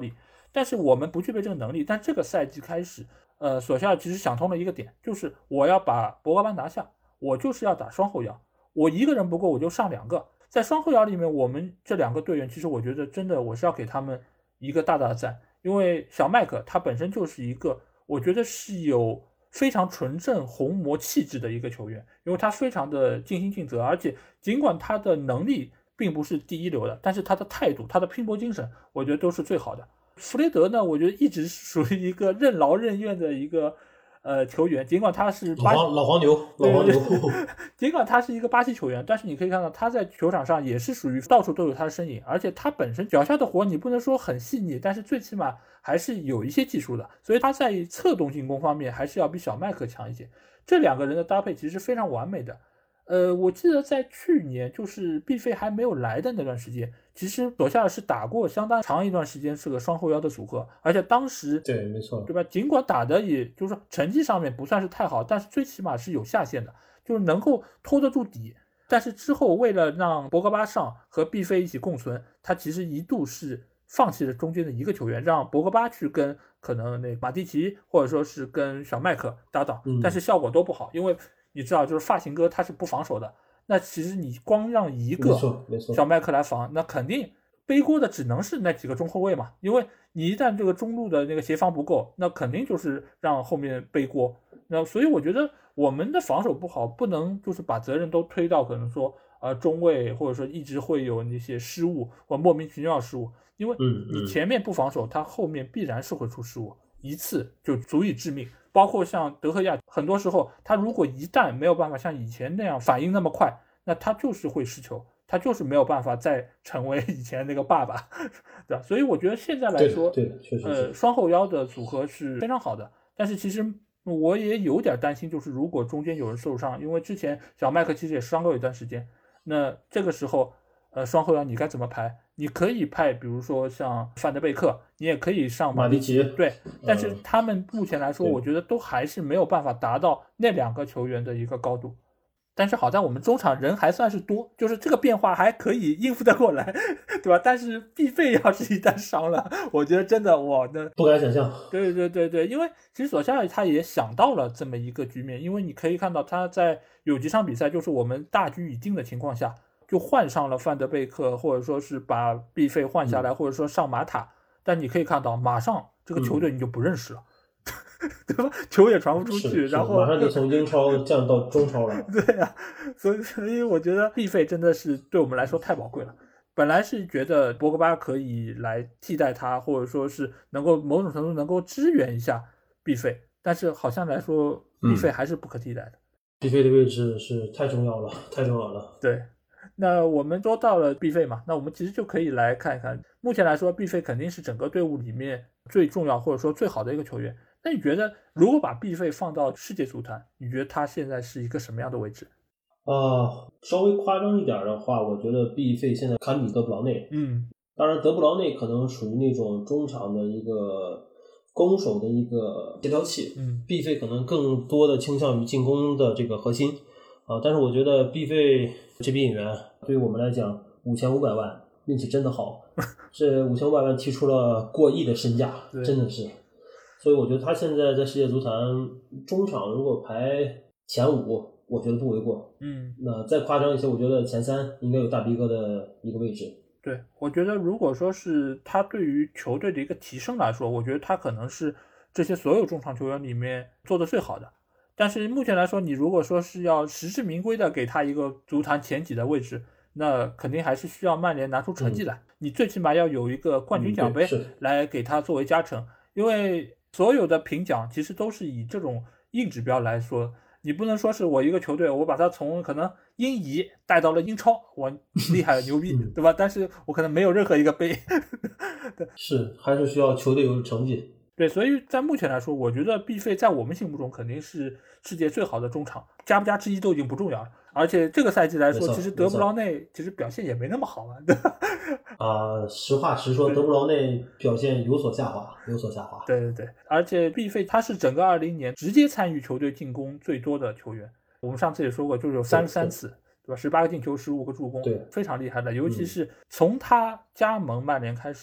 但是我们不具备这个能力。但这个赛季开始，索夏尔其实想通了一个点，就是我要把博格巴拿下，我就是要打双后腰，我一个人不够我就上2个。在双后腰里面，我们这2个队员，其实我觉得真的我是要给他们一个大大的赞，因为小麦克他本身就是一个我觉得是有非常纯正红魔气质的一个球员，因为他非常的尽心尽责，而且尽管他的能力并不是第一流的，但是他的态度、他的拼搏精神，我觉得都是最好的。弗雷德呢，我觉得一直属于一个任劳任怨的一个球员，尽管他是老黄牛， 尽管他是一个巴西球员，但是你可以看到他在球场上也是属于到处都有他的身影，而且他本身脚下的活你不能说很细腻，但是最起码还是有一些技术的，所以他在策动进攻方面还是要比小麦克强一些。这2个人的搭配其实非常完美的。我记得在去年就是毕费还没有来的那段时间，其实索夏尔是打过相当长一段时间是个双后腰的组合，而且当时对，没错， 对吧？尽管打的也就是说成绩上面不算是太好，但是最起码是有下限的，就是能够拖得住底。但是之后为了让博格巴上和毕费一起共存，他其实一度是放弃了中间的一个球员，让博格巴去跟可能那马蒂奇或者说是跟小麦克搭档，但是效果都不好，因为你知道就是发型哥他是不防守的，那其实你光让一个小麦克来防，那肯定背锅的只能是那几个中后卫嘛，因为你一旦这个中路的那个协防不够，那肯定就是让后面背锅。那所以我觉得我们的防守不好，不能就是把责任都推到可能说中卫，或者说一直会有那些失误或莫名其妙失误，因为你前面不防守，他后面必然是会出失误，一次就足以致命。包括像德赫亚，很多时候他如果一旦没有办法像以前那样反应那么快，那他就是会失球，他就是没有办法再成为以前那个爸爸，对吧？所以我觉得现在来说， 对，确实是双后腰的组合是非常好的。但是其实我也有点担心，就是如果中间有人受伤，因为之前小麦克其实也伤过一段时间，那这个时候双后腰你该怎么排？你可以派比如说像范德贝克，你也可以上马蒂奇， 对，但是他们目前来说，我觉得都还是没有办法达到那2个球员的一个高度。但是好在我们中场人还算是多，就是这个变化还可以应付得过来，对吧？但是毕费要是一旦伤了，我觉得真的我那不敢想象。 对，因为其实索夏尔他也想到了这么一个局面，因为你可以看到他在有几场比赛就是我们大局已定的情况下，就换上了范德贝克，或者说是把毕费换下来，或者说上马塔，但你可以看到马上这个球队你就不认识了。对吧？球也传不出去，然后马上就从英超降到中超了。 对啊，所以我觉得毕费真的是对我们来说太宝贵了。本来是觉得博格巴可以来替代他，或者说是能够某种程度能够支援一下毕费，但是好像来说毕费还是不可替代的。 毕费的位置是太重要了，太重要了。 对，那我们说到了毕费嘛，那我们其实就可以来看一看，目前来说毕费肯定是整个队伍里面最重要或者说最好的一个球员。那你觉得如果把毕费放到世界足坛，你觉得他现在是一个什么样的位置？ 稍微夸张一点的话，我觉得毕费现在堪比德布劳内。当然德布劳内可能属于那种中场的一个攻守的一个协调器，毕费可能更多的倾向于进攻的这个核心但是我觉得毕费这笔引援对于我们来讲5500万运气真的好，这5500万踢出了过亿的身价，真的是。所以我觉得他现在在世界足坛中场如果排前5，我觉得不为过。那再夸张一些，我觉得前3应该有大逼哥的一个位置。 对，我觉得如果说是他对于球队的一个提升来说，我觉得他可能是这些所有中场球员里面做的最好的。但是目前来说，你如果说是要实至名归的给他一个足坛前几的位置，那肯定还是需要曼联拿出成绩来。你最起码要有一个冠军奖杯来给他作为加成，因为所有的评奖其实都是以这种硬指标来说，你不能说是我一个球队我把它从可能英乙带到了英超，我厉害牛逼对吧？但是我可能没有任何一个杯是还是需要球队有成绩。 对，所以在目前来说，我觉得毕费在我们心目中肯定是世界最好的中场，加不加之一都已经不重要了。而且这个赛季来说，其实德布劳内其实表现也没那么好对吧？ 实话实说，德布劳内表现有所下滑。 对，而且毕费他是整个20年直接参与球队进攻最多的球员。我们上次也说过，就是有33次，对吧？18个进球，15个助攻，非常厉害的。尤其是从他加盟曼联开始，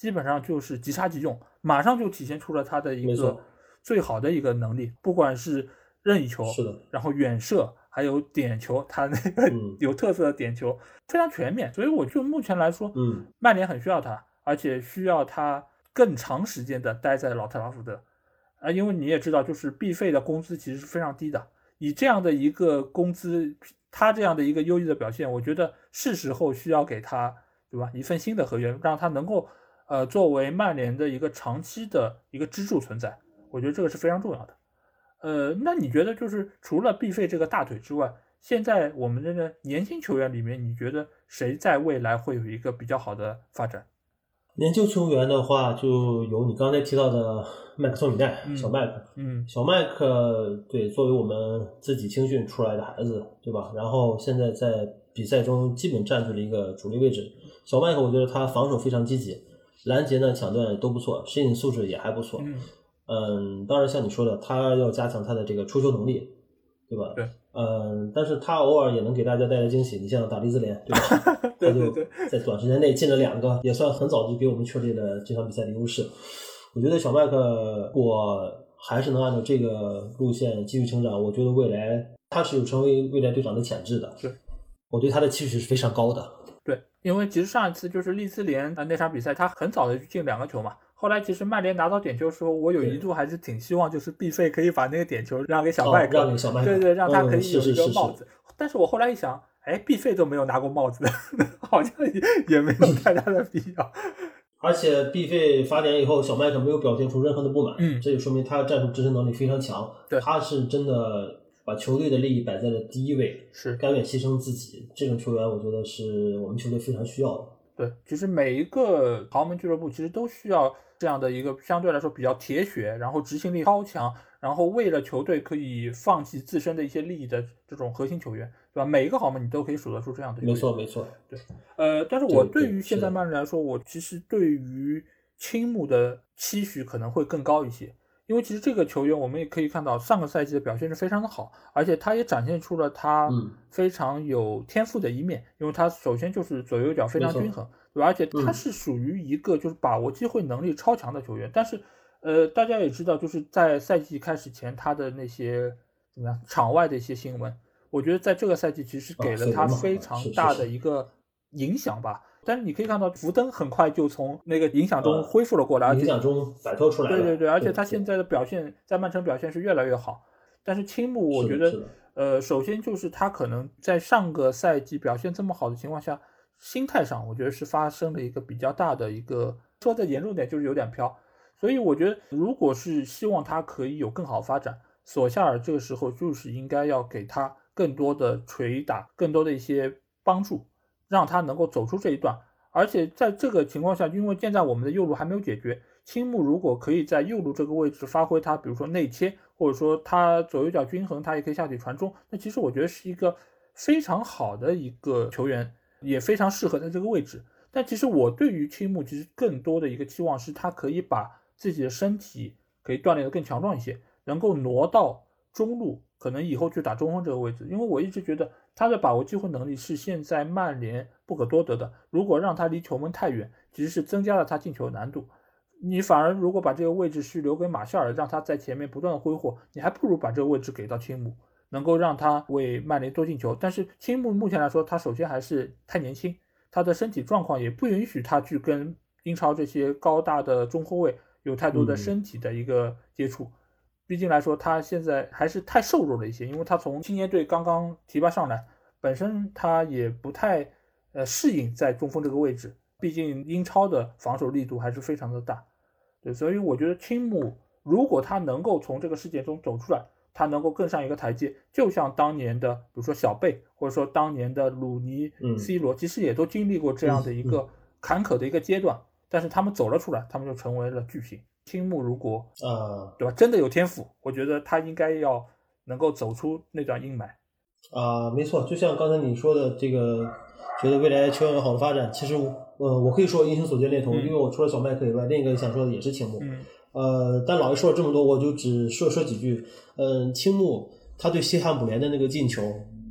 基本上就是即插即用，马上就体现出了他的一个最好的一个能力，不管是任意球， 是的， 然后远射，还有点球，他那个有特色的点球，非常全面。所以我就目前来说，曼联很需要他，而且需要他更长时间的待在老特拉福德。因为你也知道，就是毕费的工资其实是非常低的，以这样的一个工资，他这样的一个优异的表现，我觉得是时候需要给他，对吧？一份新的合约，让他能够作为曼联的一个长期的一个支柱存在，我觉得这个是非常重要的。那你觉得就是除了毕费这个大腿之外，现在我们这个年轻球员里面，你觉得谁在未来会有一个比较好的发展？ 年轻球员的话，就有你刚才提到的麦克托米奈，小麦克，小麦克，对，作为我们自己青训出来的孩子，对吧？然后现在在比赛中基本占据了一个主力位置。小麦克，我觉得他防守非常积极，拦截呢、抢断都不错，身体素质也还不错。当然像你说的，他要加强他的这个出球能力，对吧？ 对。 但是他偶尔也能给大家带来惊喜。你像打利兹联，对吧？ 对， 他就在短时间内进了2个，也算很早就给我们确立了这场比赛的优势。我觉得小麦克，我还是能按照这个路线继续成长。我觉得未来他是有成为未来队长的潜质的。 对， 我对他的期许是非常高的。 对，因为其实上一次就是利兹联那场比赛，他很早的进2个球嘛。后来其实曼联拿到点球的时候，我有一度还是挺希望就是毕费可以把那个点球让给小麦克， 让给小麦克， 对对，让他可以有一个帽子。但是我后来一想，毕费都没有拿过帽子，好像也没有太大的必要。 而且毕费罚点以后，小麦克没有表现出任何的不满，这就说明他战术支撑能力非常强。 对， 他是真的把球队的利益摆在了第一位， 是甘愿牺牲自己。这种球员，我觉得是我们球队非常需要的。 对，其实每一个豪门俱乐部其实都需要这样的一个相对来说比较铁血，然后执行力超强，然后为了球队可以放弃自身的一些利益的这种核心球员，对吧？每一个豪门你都可以数得出这样的。 没错，没错。 对，但是我对于现在曼联来说，我其实对于青木的期许可能会更高一些。因为其实这个球员我们也可以看到上个赛季的表现是非常的好，而且他也展现出了他非常有天赋的一面。因为他首先就是左右脚非常均衡，对吧？而且他是属于一个就是把握机会能力超强的球员。但是大家也知道，就是在赛季开始前他的那些怎么样场外的一些新闻，我觉得在这个赛季其实给了他非常大的一个影响吧。但是你可以看到福登很快就从那个影响中恢复了过来，而且影响中摆脱出来了。 对，而且他现在的表现在曼城表现是越来越好。但是青木我觉得首先就是他可能在上个赛季表现这么好的情况下，心态上我觉得是发生了一个比较大的一个，说的严重点就是有点飘。所以我觉得如果是希望他可以有更好发展，索夏尔这个时候就是应该要给他更多的捶打，更多的一些帮助，让他能够走出这一段。而且在这个情况下，因为现在我们的右路还没有解决，青木如果可以在右路这个位置发挥他比如说内切，或者说他左右脚均衡，他也可以下底传中，那其实我觉得是一个非常好的一个球员，也非常适合在这个位置。但其实我对于青木其实更多的一个期望是他可以把自己的身体可以锻炼得更强壮一些，能够挪到中路，可能以后去打中锋这个位置。因为我一直觉得他的把握机会能力是现在曼联不可多得的，如果让他离球门太远，其实是增加了他进球的难度。你反而如果把这个位置是留给马夏尔，让他在前面不断的挥霍，你还不如把这个位置给到青木，能够让他为曼联多进球。但是青木目前来说，他首先还是太年轻，他的身体状况也不允许他去跟英超这些高大的中后卫有太多的身体的一个接触。毕竟来说他现在还是太瘦弱了一些，因为他从青年队刚刚提拔上来，本身他也不太适应在中锋这个位置，毕竟英超的防守力度还是非常的大。对，所以我觉得青木如果他能够从这个事件中走出来，他能够更上一个台阶，就像当年的比如说小贝，或者说当年的鲁尼、C 罗，其实也都经历过这样的一个坎坷的一个阶段，但是他们走了出来，他们就成为了巨星。青木如果对吧，真的有天赋，我觉得他应该要能够走出那段阴霾。 没错，就像刚才你说的这个，觉得未来球员有好的发展，其实我可以说因情所见略同，因为我除了小麦克以外，另一个想说的也是青木。但老爷说了这么多，我就只说几句。青木他对西汉姆联的那个进球，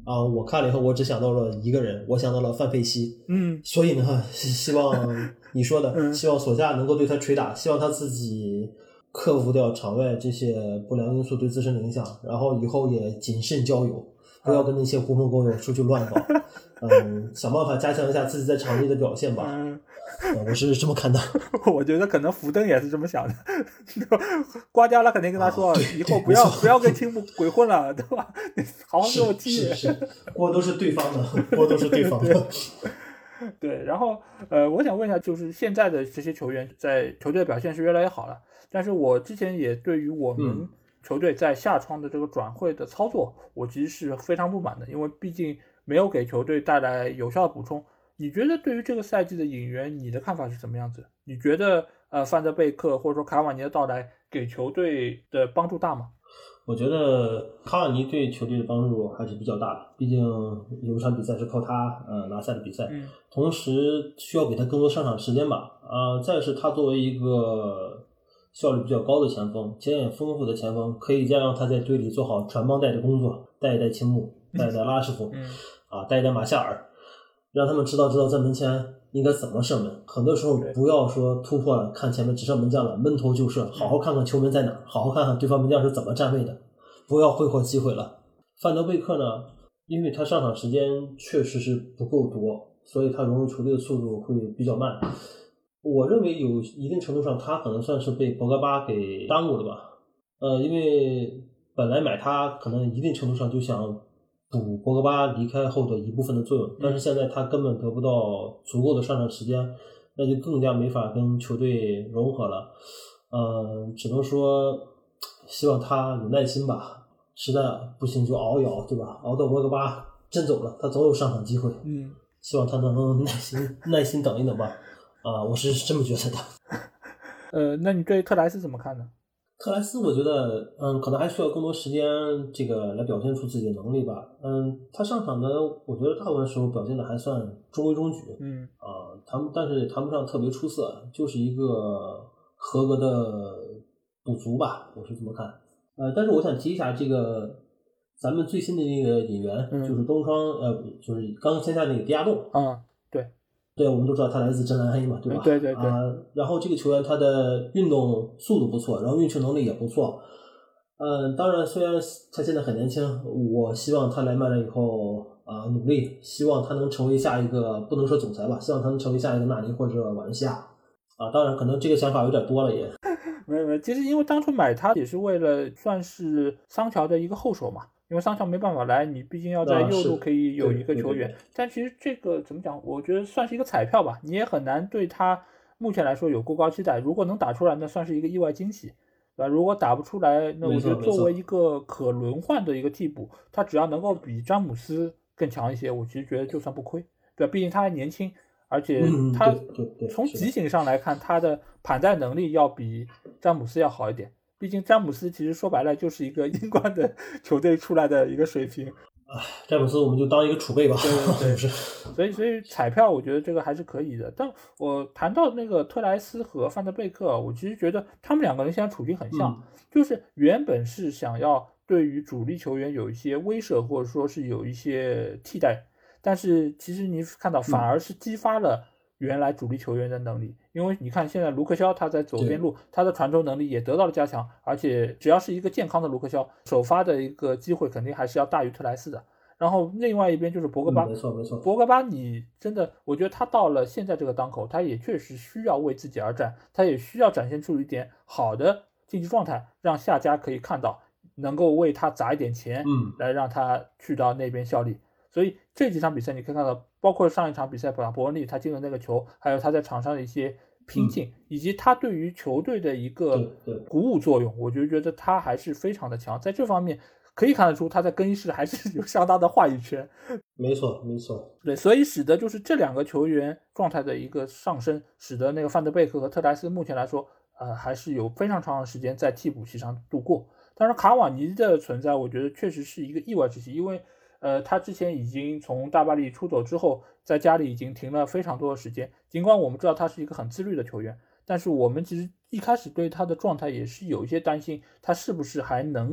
我看了以后，我只想到了一个人，我想到了范佩西。所以呢，希望你说的，希望索夏能够对他捶打，希望他自己克服掉场外这些不良因素对自身的影响，然后以后也谨慎交友，不要跟那些狐朋狗友出去乱搞。想办法加强一下自己在场地的表现吧。我是这么看的。 我觉得可能福登也是这么想的。瓜迪奥拉肯定跟他说，以后不要跟青木鬼混了，对吧？你好好给我踢。 是，锅都是对方的，锅都是对方的。 对，然后我想问一下，就是现在的这些球员在球队的表现是越来越好了，但是我之前也对于我们球队在夏窗的这个转会的操作，我其实是非常不满的，因为毕竟没有给球队带来有效的补充。你觉得对于这个赛季的引援，你的看法是什么样子？你觉得范德贝克或者说卡瓦尼的到来给球队的帮助大吗？ 我觉得卡瓦尼对球队的帮助还是比较大的，毕竟有一场比赛是靠他拿下的比赛，同时需要给他更多上场时间吧。再是他作为一个效率比较高的前锋，经验丰富的前锋，可以让他在队里做好传帮带的工作，带一带青木，带一带拉什福，带一带马夏尔，让他们知道在门前应该怎么射门。很多时候不要说突破了，看前面只剩门将了，闷头就射，好好看看球门在哪，好好看看对方门将是怎么站位的，不要挥霍机会了。范德贝克呢，因为他上场时间确实是不够多，所以他融入球队的速度会比较慢。我认为有一定程度上他可能算是被博格巴给耽误了吧。因为本来买他可能一定程度上就想补博格巴离开后的一部分的作用，但是现在他根本得不到足够的上场时间，那就更加没法跟球队融合了。只能说希望他有耐心吧，实在不行就熬一熬，对吧？熬到博格巴真走了，他总有上场机会。希望他能耐心等一等吧。我是这么觉得的。那你对特莱斯怎么看呢？ 特莱斯我觉得可能还需要更多时间这个来表现出自己的能力吧。他上场呢，我觉得大部分时候表现的还算中规中矩。但是也谈不上特别出色，就是一个合格的补足吧，我是这么看。但是我想提一下这个咱们最新的那个引援，就是东窗就是刚签下那个迪亚诺。对，我们都知道他来自真蓝黑嘛，对吧？ 对。 然后这个球员他的运动速度不错，然后运球能力也不错。当然虽然他现在很年轻，我希望他来曼联以后努力，希望他能成为下一个，不能说总裁吧，希望他能成为下一个纳尼或者瓦伦西亚。当然可能这个想法有点多了也。 没有，其实因为当初买他也是为了算是桑乔的一个后手嘛。因为桑乔没办法来，你毕竟要在右路可以有一个球员，但其实这个怎么讲，我觉得算是一个彩票吧，你也很难对他目前来说有过高期待，如果能打出来那算是一个意外惊喜，对吧？如果打不出来，那我觉得作为一个可轮换的一个替补，他只要能够比詹姆斯更强一些，我其实觉得就算不亏，对吧？毕竟他还年轻，而且他从集锦上来看，他的盘带能力要比詹姆斯要好一点。毕竟詹姆斯其实说白了就是一个英冠的球队出来的一个水平。 詹姆斯我们就当一个储备吧。 对。所以彩票我觉得这个还是可以的。但我谈到那个特莱斯和范德贝克，我其实觉得他们两个人现在处境很像，就是原本是想要对于主力球员有一些威慑，或者说是有一些替代，但是其实你看到反而是激发了原来主力球员的能力，因为你看现在卢克肖他在左边路，他的传球能力也得到了加强，而且只要是一个健康的卢克肖，首发的一个机会肯定还是要大于特莱斯的。然后另外一边就是博格巴， 没错。 博格巴你真的，我觉得他到了现在这个当口，他也确实需要为自己而战，他也需要展现出一点好的竞技状态，让下家可以看到，能够为他砸一点钱，来让他去到那边效力。所以这几场比赛你可以看到，包括上一场比赛伯恩利他进了那个球，还有他在场上的一些拼劲，以及他对于球队的一个鼓舞作用，我就觉得他还是非常的强。在这方面可以看得出他在更衣室还是有相当的话语权。 没错。 对，所以使得就是这两个球员状态的一个上升，使得那个范德贝克和特莱斯目前来说还是有非常长的时间在替补席上度过。当然卡瓦尼的存在我觉得确实是一个意外之喜，因为他之前已经从大巴黎出走之后，在家里已经停了非常多的时间。尽管我们知道他是一个很自律的球员，但是我们其实一开始对他的状态也是有一些担心，他是不是还能够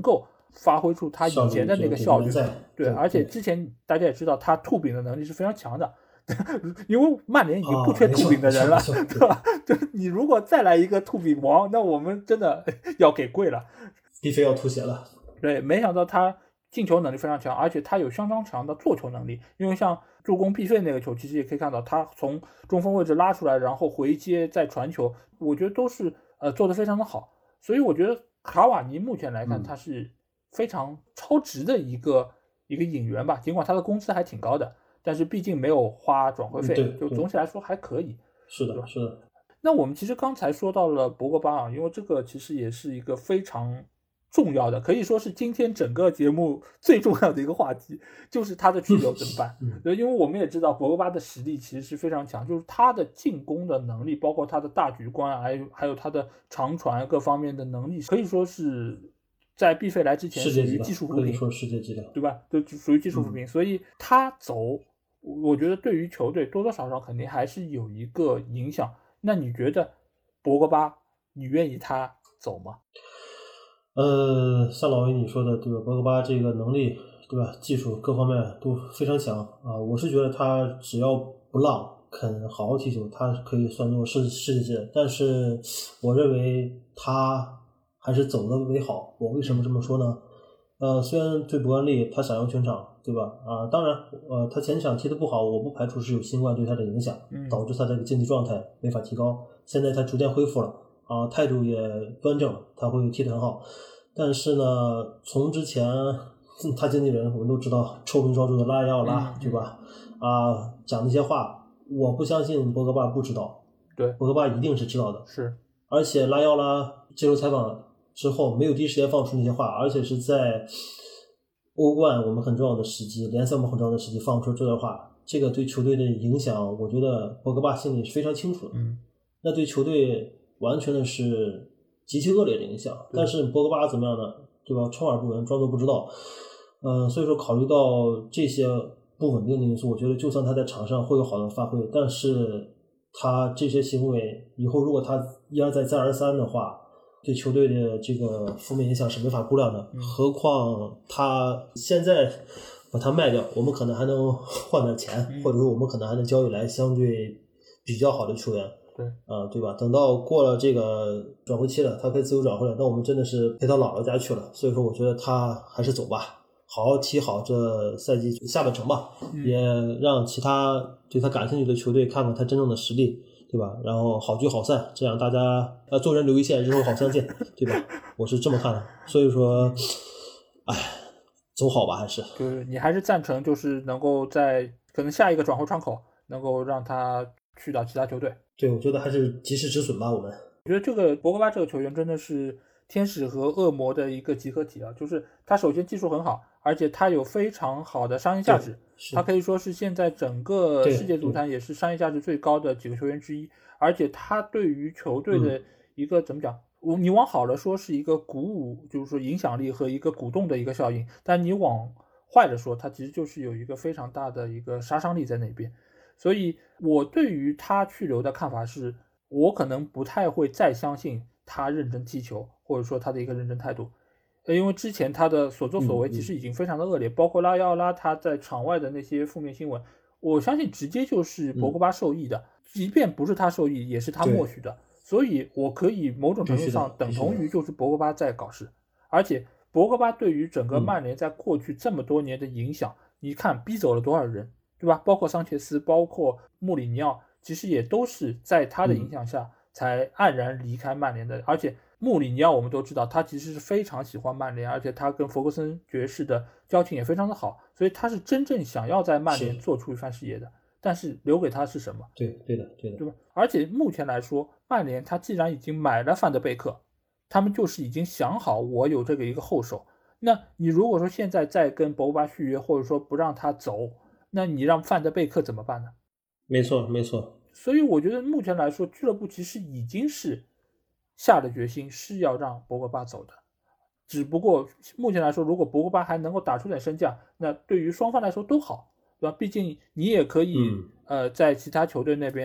发挥出他以前的那个效率。 对， 而且之前大家也知道他吐饼的能力是非常强的，因为曼联已经不缺吐饼的人了，对吧？就是你如果再来一个吐饼王，那我们真的要给跪了， 必须要吐血了。 对，没想到他进球能力非常强，而且他有相当强的做球能力。因为像助攻必费那个球，其实也可以看到他从中锋位置拉出来，然后回接再传球，我觉得都是做得非常的好。所以我觉得卡瓦尼目前来看，他是非常超值的一个引援吧。尽管他的工资还挺高的，但是毕竟没有花转会费，就总体来说还可以。 是的，是的。 那我们其实刚才说到了博格巴啊，因为这个其实也是一个非常重要的，可以说是今天整个节目最重要的一个话题，就是他的去留怎么办？因为我们也知道博格巴的实力其实是非常强，就是他的进攻的能力，包括他的大局观，还有他的长传各方面的能力，可以说是在毕费来之前属于技术扶贫， 可以说世界级的， 对吧？就属于技术扶贫，所以他走，我觉得对于球队多多少少肯定还是有一个影响。那你觉得博格巴，你愿意他走吗？ 像老魏你说的，对吧？博格巴这个能力，对吧？技术各方面都非常强啊！我是觉得他只要不浪，肯好好踢球，他可以算作世界级。但是我认为他还是走的为好。我为什么这么说呢？虽然对伯恩利他闪耀全场，对吧？当然，他前场踢得不好，我不排除是有新冠对他的影响，导致他这个竞技状态没法提高。现在他逐渐恢复了。态度也端正，他会踢得很好。但是呢，从之前他经纪人我们都知道臭名昭著的拉亚奥拉，对吧？讲那些话，我不相信博格巴不知道。 对， 博格巴一定是知道的。 是， 而且拉亚奥拉接受采访之后，没有第一时间放出那些话，而且是在欧冠我们很重要的时机，联赛我们很重要的时机放出这段话，这个对球队的影响，我觉得博格巴心里是非常清楚的。那对球队完全的是极其恶劣的影响，但是博格巴怎么样呢？对吧？充耳不闻，装作不知道。所以说考虑到这些不稳定的因素，我觉得就算他在场上会有好的发挥，但是他这些行为以后如果他一而再再而三的话，对球队的这个负面影响是没法估量的。何况他现在把他卖掉，我们可能还能换点钱，或者说我们可能还能交易来相对比较好的球员。对吧？等到过了这个转会期了，他可以自由转会了，那我们真的是陪他姥姥家去了。所以说，我觉得他还是走吧，好好踢好这赛季下半程吧，也让其他对他感兴趣的球队看看他真正的实力，对吧？然后好聚好散，这样大家做人留一线，日后好相见，对吧？我是这么看的。所以说，走好吧，还是对，你还是赞成，就是能够在可能下一个转会窗口能够让他去到其他球队。 对，我觉得还是及时止损吧。我觉得这个博格巴这个球员真的是天使和恶魔的一个集合体啊！就是他首先技术很好，而且他有非常好的商业价值，他可以说是现在整个世界足坛也是商业价值最高的几个球员之一。而且他对于球队的一个怎么讲？你往好了说是一个鼓舞，就是说影响力和一个鼓动的一个效应，但你往坏了说，它其实就是有一个非常大的一个杀伤力在那边。所以我对于他去留的看法是，我可能不太会再相信他认真踢球，或者说他的一个认真态度，因为之前他的所作所为其实已经非常的恶劣，包括拉亚奥拉他在场外的那些负面新闻，我相信直接就是博格巴受益的，即便不是他受益，也是他默许的，所以我可以某种程度上等同于就是博格巴在搞事。而且博格巴对于整个曼联在过去这么多年的影响，你看逼走了多少人，对吧？包括桑切斯，包括穆里尼奥，其实也都是在他的影响下才黯然离开曼联的。而且穆里尼奥我们都知道，他其实是非常喜欢曼联，而且他跟弗格森爵士的交情也非常的好，所以他是真正想要在曼联做出一番事业的。但是留给他是什么？ 对的，对吧？而且目前来说，曼联他既然已经买了范德贝克，他们就是已经想好我有这个一个后手。那你如果说现在再跟博格巴续约，或者说不让他走，那你让范德贝克怎么办呢？ 没错。 所以我觉得目前来说，俱乐部其实已经是下了决心是要让博格巴走的。只不过目前来说，如果博格巴还能够打出点身价，那对于双方来说都好，对吧？毕竟你也可以在其他球队那边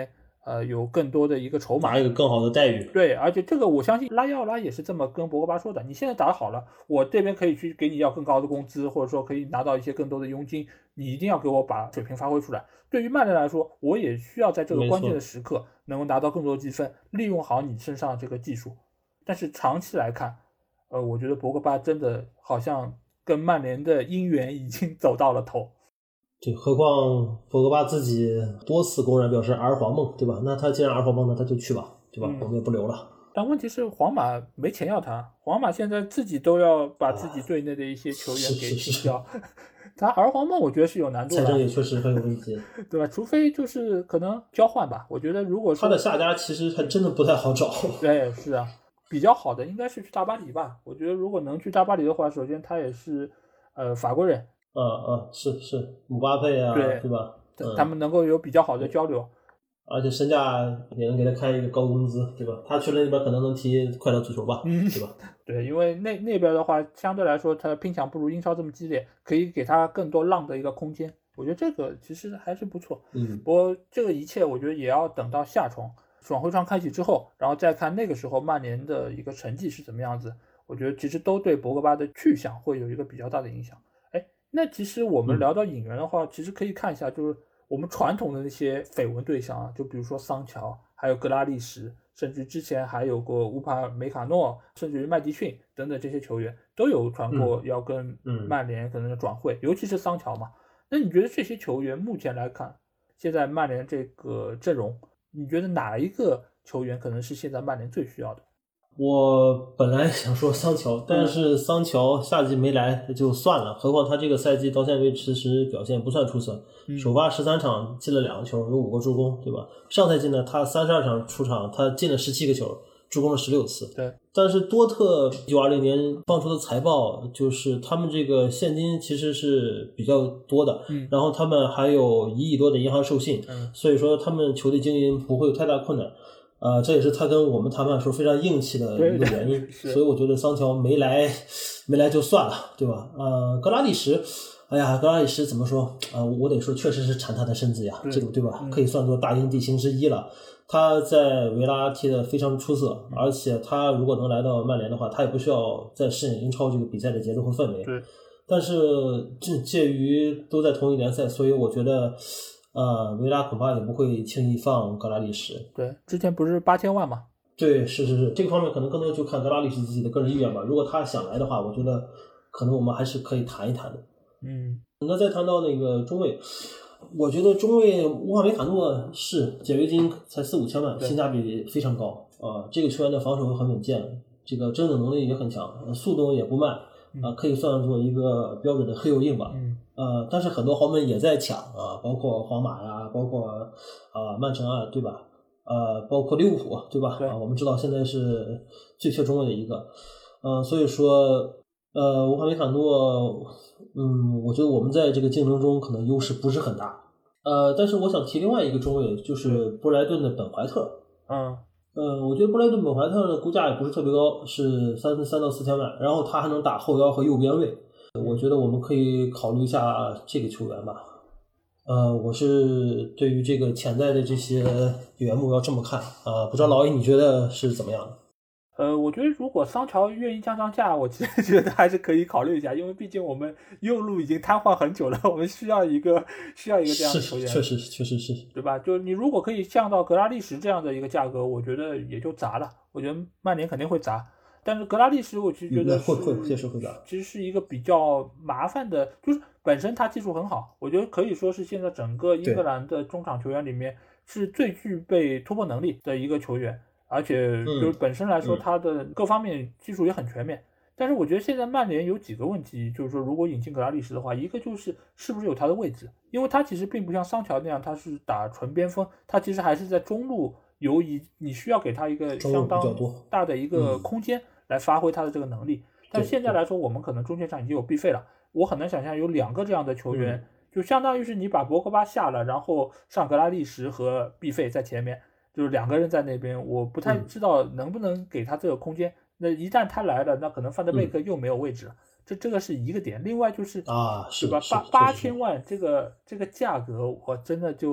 有更多的一个筹码， 拿一个更好的待遇。 对，而且这个我相信拉伊奥拉也是这么跟博格巴说的，你现在打得好了，我这边可以去给你要更高的工资，或者说可以拿到一些更多的佣金，你一定要给我把水平发挥出来。对于曼联来说，我也需要在这个关键的时刻能够拿到更多的积分，利用好你身上的这个技术。但是长期来看，我觉得博格巴真的好像跟曼联的姻缘已经走到了头。 对，何况博格巴自己多次公然表示儿皇梦，对吧？那他既然儿皇梦，那他就去吧，对吧？我们也不留了。 但问题是皇马没钱要他，皇马现在自己都要把自己队内的一些球员给清掉，他儿皇梦我觉得是有难度的， 财政也确实很有危机， 对吧？除非就是可能交换吧，我觉得如果他的下家其实还真的不太好找。 对，是啊，比较好的应该是去大巴黎吧。我觉得如果能去大巴黎的话，首先他也是法国人。 是姆巴佩啊，对吧？ 他们能够有比较好的交流， 而且身价也能给他开一个高工资，对吧？他去了那边可能能踢快乐足球吧，对吧？ 对，因为那边的话，相对来说他拼抢不如英超这么激烈，可以给他更多浪的一个空间。我觉得这个其实还是不错。不过这个一切我觉得也要等到夏窗转会窗开启之后，然后再看那个时候曼联的一个成绩是怎么样子。我觉得其实都对博格巴的去向会有一个比较大的影响。那其实我们聊到引援的话，其实可以看一下，就是我们传统的那些绯闻对象啊，就比如说桑乔，还有格拉利什，甚至之前还有过乌帕梅卡诺，甚至于麦迪逊等等这些球员都有传过要跟曼联可能转会，尤其是桑乔嘛。那你觉得这些球员目前来看，现在曼联这个阵容，你觉得哪一个球员可能是现在曼联最需要的？ 我本来想说桑乔，但是桑乔夏季没来就算了，何况他这个赛季到现在为止其实表现不算出色，首发13场进了2个球，有5个助攻，对吧？上赛季呢，他32场出场，他进了17个球，助攻了16次。 对。 但是多特1920年放出的财报就是他们这个现金其实是比较多的，然后他们还有1亿多的银行授信，所以说他们球队经营不会有太大困难。这也是他跟我们谈判时候非常硬气的一个原因，所以我觉得桑乔没来就算了，对吧？格拉利什，哎呀，格拉利什怎么说？我得说，确实是馋他的身子呀，这个对吧？可以算作大英帝星之一了。他在维拉踢得非常出色，而且他如果能来到曼联的话，他也不需要再适应英超这个比赛的节奏和氛围。但是介于都在同一联赛，所以我觉得。维拉恐怕也不会轻易放格拉利什。 对，之前不是8000万吗？ 对，是，这个方面可能更多就看格拉利什自己的个人意愿吧。如果他想来的话，我觉得可能我们还是可以谈一谈的。那再谈到那个中卫，我觉得中卫乌帕梅卡诺是解约金才4-5千万，性价比非常高这个球员的防守很稳健，这个真的能力也很强，速度也不慢可以算作一个标准的黑又硬吧。但是很多豪门也在抢包括皇马呀，包括曼城啊，对吧？包括利物浦，对吧？我们知道现在是最缺中卫的一个，所以说乌帕梅卡诺，我觉得我们在这个竞争中可能优势不是很大。但是我想提另外一个中卫，就是布莱顿的本怀特。我觉得布莱顿本怀特的估价也不是特别高，是3到4千万，然后他还能打后腰和右边卫。我觉得我们可以考虑一下这个球员吧。我是对于这个潜在的这些缘木要这么看不知道老尹你觉得是怎么样的？ 我觉得如果桑乔愿意降价，我其实觉得还是可以考虑一下，因为毕竟我们右路已经瘫痪很久了，我们需要一个这样的球员， 确实是， 对吧？就你如果可以降到格拉利什这样的一个价格，我觉得也就砸了。我觉得曼联肯定会砸。但是格拉利什我其实觉得确实会的， 其实是一个比较麻烦的，就是本身他技术很好，我觉得可以说是现在整个英格兰的中场球员里面是最具备突破能力的一个球员，而且就是本身来说他的各方面技术也很全面。但是我觉得现在曼联有几个问题，就是说如果引进格拉利什的话，一个就是是不是有他的位置，因为他其实并不像桑乔那样他是打纯边锋，他其实还是在中路游移，你需要给他一个相当大的一个空间来发挥他的这个能力。但现在来说，我们可能中前场已经有毕费了，我很难想象有2个这样的球员，就相当于是你把博格巴下了，然后上格拉利什和毕费在前面，就是2个人在那边，我不太知道能不能给他这个空间。那一旦他来了，那可能范德贝克又没有位置了，这个是一个点。另外就是是吧 ，8000万这个价格，我真的就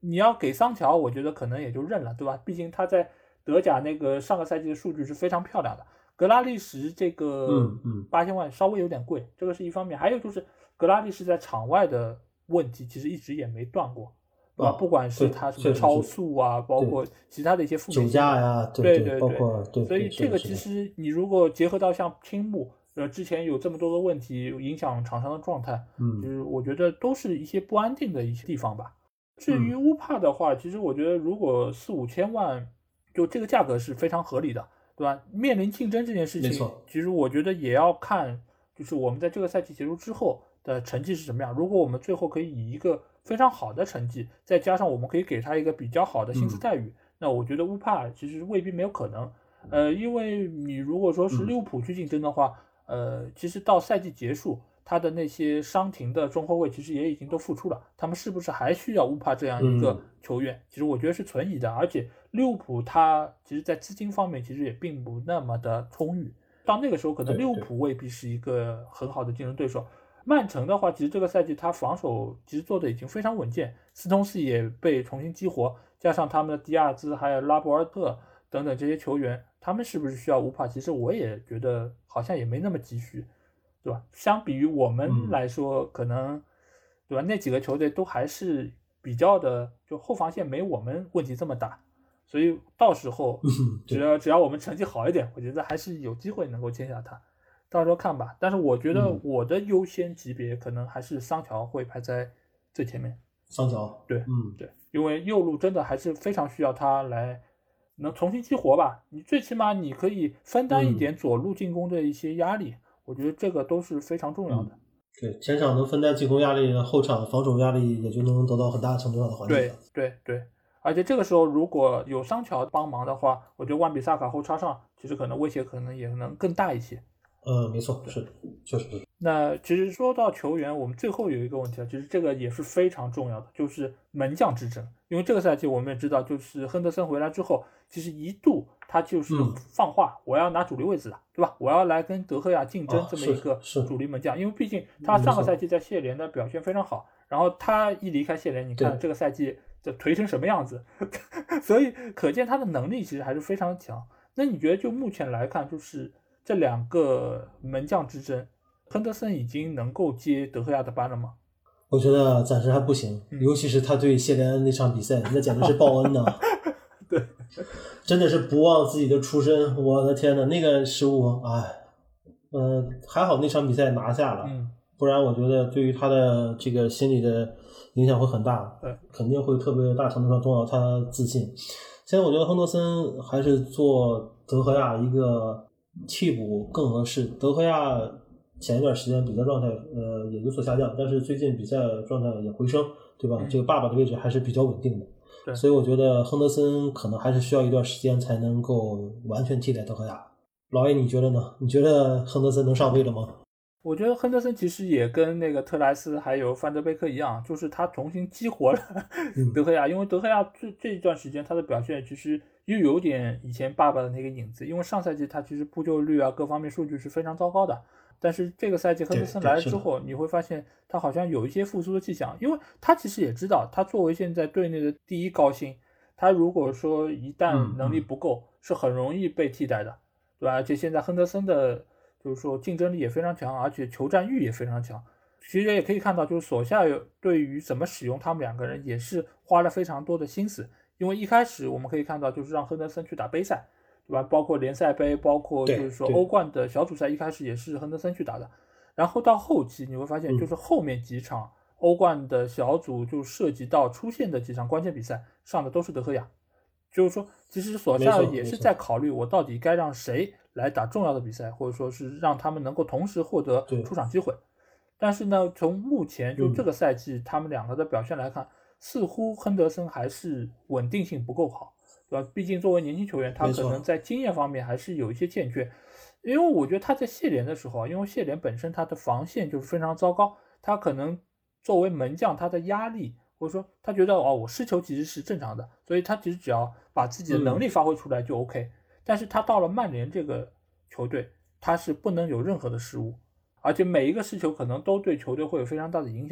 你要给桑乔，我觉得可能也就认了，对吧？毕竟他在德甲那个上个赛季的数据是非常漂亮的。格拉利什这个8000万稍微有点贵，这个是一方面，还有就是格拉利什在场外的问题其实一直也没断过，对吧？不管是他什么超速啊，包括其他的一些负面酒驾呀， 对， 包括对， 所以这个其实你如果结合到像青木，之前有这么多的问题影响场上的状态，就是我觉得都是一些不安定的一些地方吧。至于乌帕的话，其实我觉得如果4-5千万，就这个价格是非常合理的，对吧？面临竞争这件事情，其实我觉得也要看，就是我们在这个赛季结束之后的成绩是怎么样。如果我们最后可以以一个非常好的成绩，再加上我们可以给他一个比较好的薪资待遇，那我觉得乌帕其实未必没有可能。因为你如果说是利物浦去竞争的话，其实到赛季结束，他的那些伤停的中后卫其实也已经都复出了，他们是不是还需要乌帕这样一个球员？其实我觉得是存疑的，而且利物浦他其实在资金方面其实也并不那么的充裕，到那个时候可能利物浦未必是一个很好的竞争对手。曼城的话，其实这个赛季他防守其实做的已经非常稳健，斯通斯也被重新激活，加上他们的迪亚兹还有拉波尔特等等这些球员，他们是不是需要乌帕？其实我也觉得好像也没那么急需，对吧？相比于我们来说，可能对吧？那几个球队都还是比较的，就后防线没我们问题这么大，所以到时候只要我们成绩好一点，我觉得还是有机会能够签下他。到时候看吧。但是我觉得我的优先级别可能还是桑乔会排在最前面。 桑乔， 对，对，因为右路真的还是非常需要他来能重新激活吧。你最起码你可以分担一点左路进攻的一些压力，我觉得这个都是非常重要的。 对，前场能分担进攻压力，后场防守压力也就能得到很大程度上的缓解。 对，而且这个时候如果有桑乔帮忙的话，我觉得万比萨卡后插上其实可能威胁可能也能更大一些。 没错，是，确实是。 那其实说到球员，我们最后有一个问题啊，其实这个也是非常重要的，就是门将之争。因为这个赛季我们也知道，就是亨德森回来之后，其实一度他就是放话，我要拿主力位置的，对吧？我要来跟德赫亚竞争这么一个主力门将。因为毕竟他上个赛季在谢联的表现非常好，然后他一离开谢联，你看这个赛季就颓成什么样子，所以可见他的能力其实还是非常强。那你觉得就目前来看，就是这两个门将之争，亨德森已经能够接德赫亚的班了吗？ 我觉得暂时还不行，尤其是他对谢联那场比赛，那简直是报恩呐！ 对， 真的是不忘自己的出身，我的天呐，那个失误，还好那场比赛拿下了，不然我觉得对于他的这个心理的影响会很大，肯定会特别大程度上动摇他自信。现在我觉得亨德森还是做德赫亚一个替补更合适。德赫亚前一段时间比赛状态也有所下降，但是最近比赛状态也回升，对吧？这个爸爸的位置还是比较稳定的，所以我觉得亨德森可能还是需要一段时间才能够完全替代德赫亚。老爷你觉得呢？你觉得亨德森能上位了吗？ 我觉得亨德森其实也跟那个特莱斯还有范德贝克一样，就是他重新激活了德赫亚，因为德赫亚这一段时间他的表现其实又有点以前爸爸的那个影子，因为上赛季他其实扑救率啊各方面数据是非常糟糕的，但是这个赛季亨德森来了之后，你会发现他好像有一些复苏的迹象，因为他其实也知道他作为现在队内的第一高薪，他如果说一旦能力不够，是很容易被替代的，对吧？而且现在亨德森的就是说竞争力也非常强，而且求战欲也非常强。其实也可以看到，就是索夏对于怎么使用他们两个人也是花了非常多的心思。因为一开始我们可以看到，就是让亨德森去打杯赛，对吧？包括联赛杯，包括就是说欧冠的小组赛，一开始也是亨德森去打的。然后到后期你会发现，就是后面几场欧冠的小组就涉及到出现的几场关键比赛，上的都是德赫亚。就是说，其实索夏也是在考虑，我到底该让谁来打重要的比赛，或者说是让他们能够同时获得出场机会。但是呢，从目前就这个赛季他们两个的表现来看，似乎亨德森还是稳定性不够好，对吧？毕竟作为年轻球员，他可能在经验方面还是有一些欠缺。因为我觉得他在谢联的时候，因为谢联本身他的防线就是非常糟糕，他可能作为门将，他的压力或者说他觉得我失球其实是正常的，所以他其实只要把自己的能力发挥出来就 OK。但是他到了曼联这个球队，他是不能有任何的失误，而且每一个失球可能都对球队会有非常大的影响。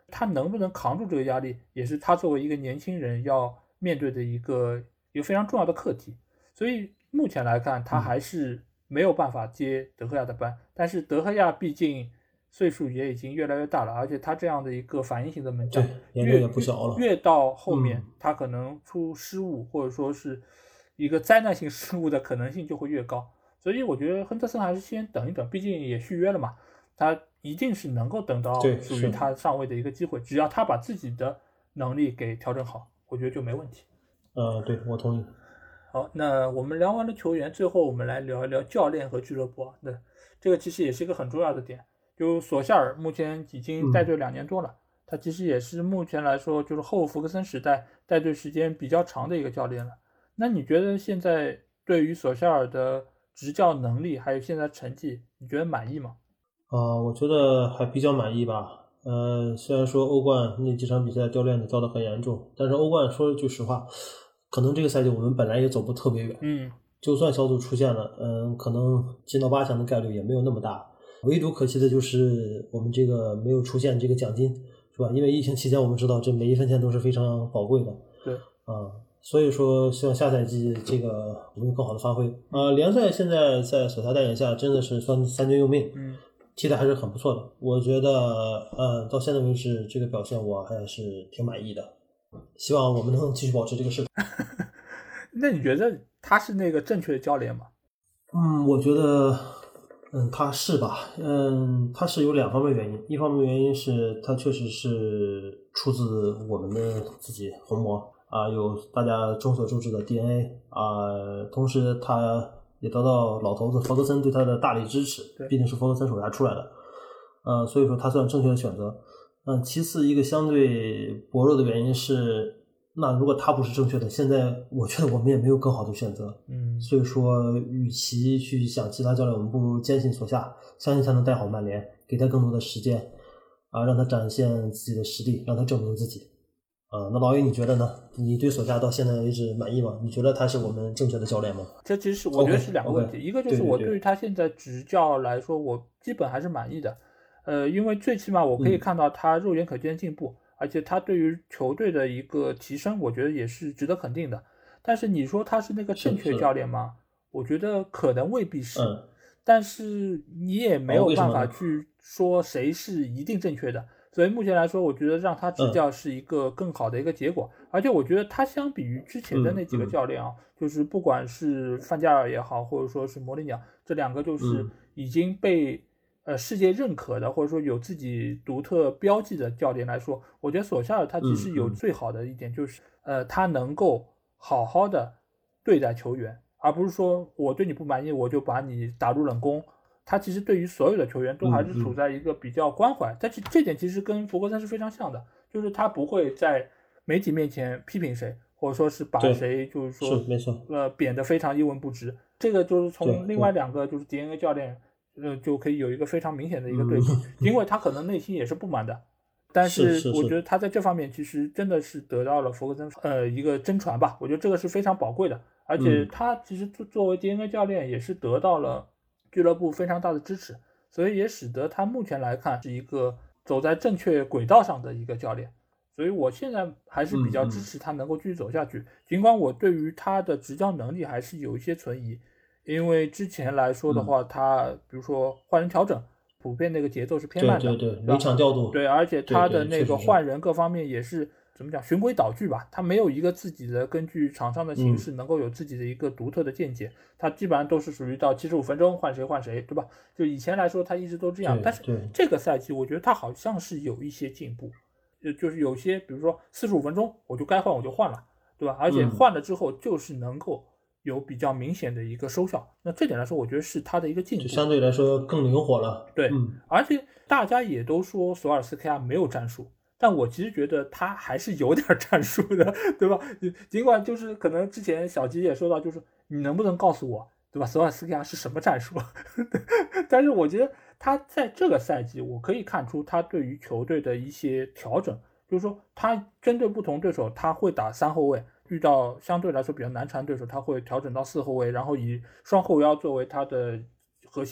他能不能扛住这个压力，也是他作为一个年轻人要面对的一个非常重要的课题。所以目前来看，他还是没有办法接德赫亚的班。但是德赫亚毕竟岁数也已经越来越大了，而且他这样的一个反应型的门将， 也不小了， 越到后面他可能出失误，或者说是一个灾难性失误的可能性就会越高。所以我觉得亨德森还是先等一等，毕竟也续约了嘛，他一定是能够等到属于他上位的一个机会，只要他把自己的能力给调整好，我觉得就没问题。 对，我同意。 好，那我们聊完了球员，最后我们来聊一聊教练和俱乐部。那这个其实也是一个很重要的点，就索夏尔目前已经带队2年多了，他其实也是目前来说就是后福格森时代带队时间比较长的一个教练了。那你觉得现在对于索夏尔的执教能力还有现在成绩，你觉得满意吗？ 我觉得还比较满意吧。虽然说欧冠那几场比赛掉链子掉得很严重，但是欧冠说句实话，可能这个赛季我们本来也走不特别远。就算小组出现了，可能进到8强的概率也没有那么大。唯独可惜的就是我们这个没有出现这个奖金，是吧？因为疫情期间我们知道这每一分钱都是非常宝贵的。 对。 所以说希望下赛季这个我们有更好的发挥。联赛现在在索夏带领下真的是算三军用命。踢得还是很不错的，我觉得到现在为止这个表现我还是挺满意的，希望我们能继续保持这个势头。 那你觉得他是那个正确的教练吗？ 我觉得他是吧。他是有2方面原因，一方面原因是他确实是出自我们的自己红魔有大家众所周知的 DNA 同时他也得到老头子弗格森对他的大力支持，毕竟是弗格森手下出来的，所以说他算正确的选择。其次一个相对薄弱的原因是，那如果他不是正确的，现在我觉得我们也没有更好的选择。所以说与其去想其他教练，我们不如坚信索夏，相信他能带好曼联，给他更多的时间让他展现自己的实力，让他证明自己。那老爷你觉得呢？你对索夏到现在为止满意吗？你觉得他是我们正确的教练吗？ 这其实我觉得是2个问题，一个就是我对于他现在执教来说，我基本还是满意的。因为最起码我可以看到他肉眼可见的进步，而且他对于球队的一个提升，我觉得也是值得肯定的。但是你说他是那个正确教练吗？我觉得可能未必是，但是你也没有办法去说谁是一定正确的。所以目前来说，我觉得让他执教是一个更好的一个结果。而且我觉得他相比于之前的那几个教练就是不管是范加尔也好，或者说是摩里鸟，这2个就是已经被世界认可的，或者说有自己独特标记的教练来说，我觉得索夏尔他其实有最好的一点就是他能够好好的对待球员，而不是说我对你不满意我就把你打入冷宫。他其实对于所有的球员都还是处在一个比较关怀，但是这点其实跟弗格森是非常像的，就是他不会在媒体面前批评谁，或者说是把谁就是说贬得非常一文不值。这个就是从另外2个就是 DNA 教练就可以有一个非常明显的一个对比，因为他可能内心也是不满的，但是我觉得他在这方面其实真的是得到了弗格森一个真传吧，我觉得这个是非常宝贵的。而且他其实作为 DNA 教练也是得到了俱乐部非常大的支持，所以也使得他目前来看是一个走在正确轨道上的一个教练。所以我现在还是比较支持他能够继续走下去，尽管我对于他的执教能力还是有一些存疑，因为之前来说的话，他比如说换人调整普遍那个节奏是偏慢的， 对，临场调度， 对，而且他的那个换人各方面也是怎么讲，循规蹈矩吧，他没有一个自己的根据场上的形势能够有自己的一个独特的见解，他基本上都是属于到75分钟换谁，对吧？就以前来说他一直都这样，但是这个赛季我觉得他好像是有一些进步，就是有些比如说45分钟我就该换我就换了，对吧？而且换了之后就是能够有比较明显的一个收效，那这点来说我觉得是他的一个进步， 就相对来说更灵活了。 对，而且大家也都说索尔斯克亚没有战术，但我其实觉得他还是有点战术的，对吧？尽管就是可能之前小吉也说到，就是你能不能告诉我，对吧？索尔斯克亚是什么战术？但是我觉得他在这个赛季，我可以看出他对于球队的一些调整，就是说他针对不同对手，他会打3后卫，遇到相对来说比较难缠对手，他会调整到4后卫，然后以双后腰作为他的核心，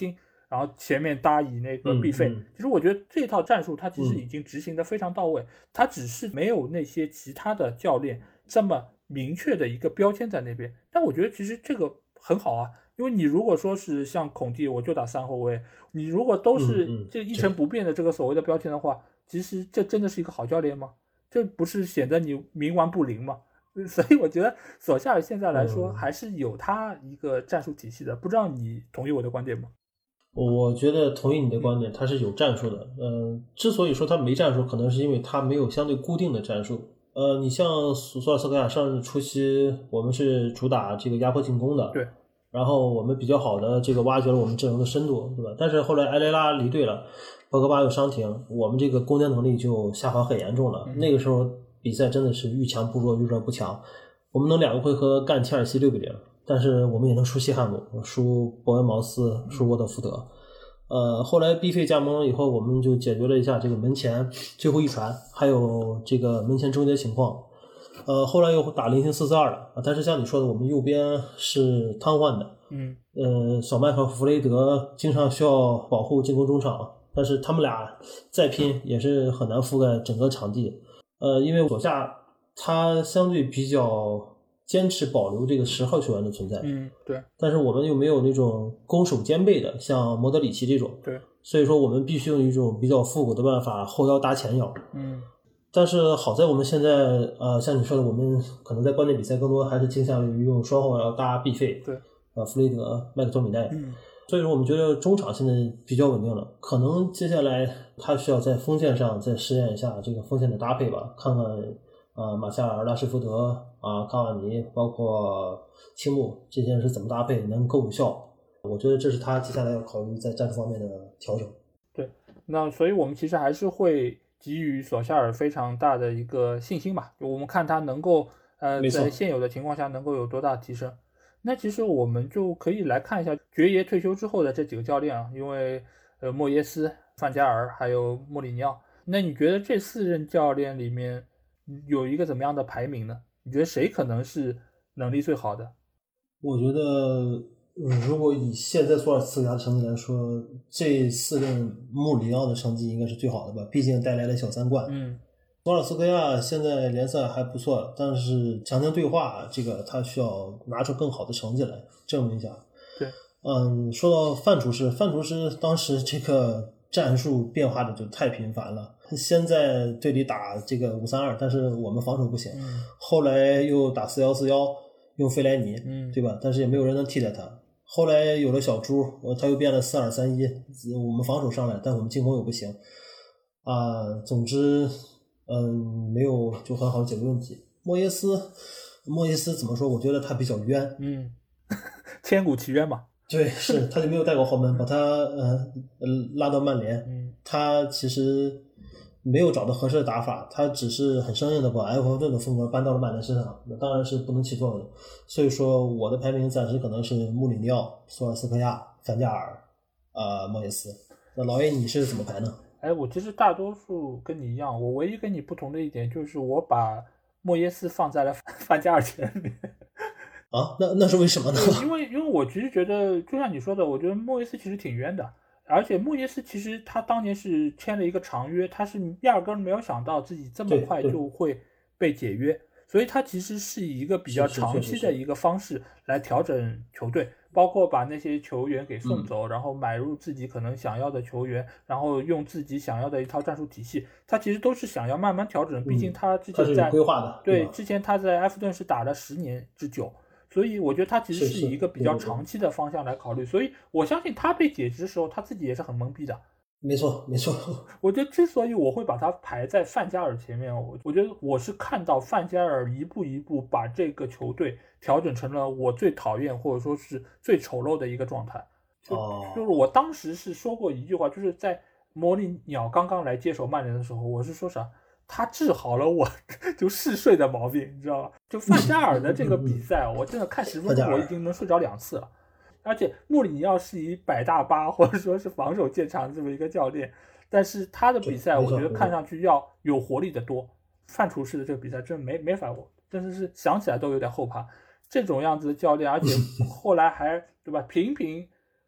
然后前面搭以那个必费。其实我觉得这套战术他其实已经执行的非常到位，他只是没有那些其他的教练这么明确的一个标签在那边。但我觉得其实这个很好啊，因为你如果说是像孔蒂我就打3后卫，你如果都是这一成不变的这个所谓的标签的话，其实这真的是一个好教练吗？这不是显得你冥顽不灵吗？所以我觉得索夏尔现在来说还是有他一个战术体系的，不知道你同意我的观点吗？ 我觉得同意你的观点，他是有战术的。之所以说他没战术，可能是因为他没有相对固定的战术。你像索尔斯克亚上任初期，我们是主打这个压迫进攻的， 对， 然后我们比较好的这个挖掘了我们阵容的深度，对吧？但是后来埃雷拉离队了，博格巴又伤停，我们这个攻坚能力就下滑很严重了。那个时候比赛真的是遇强不弱，遇弱不强。我们能2个回合干切尔西6-0，但是我们也能输西汉姆，输伯恩茅斯，输沃特福德。后来 B 费加盟以后，我们就解决了一下这个门前最后一传，还有这个门前终结情况。后来又打0-4-4-2了，但是像你说的，我们右边是瘫痪的。小麦和弗雷德经常需要保护进攻中场，但是他们俩再拼也是很难覆盖整个场地。因为索夏他相对比较坚持保留这个10号球员的存在， 对。 但是我们又没有那种攻守兼备的，像莫德里奇这种， 对。 所以说我们必须用一种比较复古的办法，后腰搭前腰。但是好在我们现在像你说的，我们可能在关键比赛更多还是倾向于用双后腰搭必费， 对， 弗雷德、麦克托米奈。所以说我们觉得中场现在比较稳定了，可能接下来他需要在锋线上再试验一下这个锋线的搭配吧，看看马夏尔、拉什福德卡瓦尼，包括青木这些人是怎么搭配能够有效。我觉得这是他接下来要考虑在战术方面的调整。 对，那所以我们其实还是会给予索夏尔非常大的一个信心吧，我们看他能够在现有的情况下能够有多大提升。那其实我们就可以来看一下爵爷退休之后的这几个教练啊，因为莫耶斯、范加尔还有穆里尼奥。那你觉得这4任教练里面有一个怎么样的排名呢？你觉得谁可能是能力最好的？ 我觉得如果以现在索尔斯克亚的成绩来说，这4任穆里尼奥的成绩应该是最好的吧，毕竟带来了小3冠。索尔斯克亚现在联赛还不错，但是强强对话这个他需要拿出更好的成绩来证明一下。 对， 说到范厨师当时这个战术变化的就太频繁了，先在队里打这个5-3-2，但是我们防守不行，后来又打4-1-4-1，用费莱尼，对吧？但是也没有人能替代他。后来有了小猪，他又变了4-2-3-1，我们防守上来，但我们进攻又不行总之没有就很好的解决问题。莫耶斯怎么说？我觉得他比较冤， 千古奇冤嘛。 对，是他就没有带过豪门，把他拉到曼联，他其实没有找到合适的打法，他只是很生硬的把埃弗顿的风格搬到了曼联身上，那当然是不能起作用的。所以说我的排名暂时可能是穆里尼奥、索尔斯克亚、范加尔、莫耶斯。那老 A 你是怎么排呢？ 我其实大多数跟你一样，我唯一跟你不同的一点就是我把莫耶斯放在了范加尔前面。 那是为什么呢？ 因为我其实觉得，就像你说的，我觉得莫耶斯其实挺冤的，而且莫耶斯其实他当年是签了一个长约，他是压根没有想到自己这么快就会被解约，所以他其实是以一个比较长期的一个方式来调整球队，包括把那些球员给送走，然后买入自己可能想要的球员，然后用自己想要的一套战术体系，他其实都是想要慢慢调整。毕竟他之前在规划的， 对，之前他在埃弗顿是打了10年之久。所以我觉得他其实是以一个比较长期的方向来考虑，所以我相信他被解职的时候他自己也是很懵逼的。 没错。 我觉得之所以我会把他排在范加尔前面，我觉得我是看到范加尔一步一步把这个球队调整成了我最讨厌或者说是最丑陋的一个状态。就是我当时是说过一句话，就是在魔力鸟刚刚来接手曼联的时候，我是说啥？他治好了我就嗜睡的毛病，你知道吧？就范加尔的这个比赛，我真的看10分钟我已经能睡着2次了。而且穆里尼奥是以摆大巴或者说是防守见长这么一个教练，但是他的比赛我觉得看上去要有活力的多。范厨师的这个比赛真没法过，真的是想起来都有点后怕。这种样子的教练，而且后来还对吧频频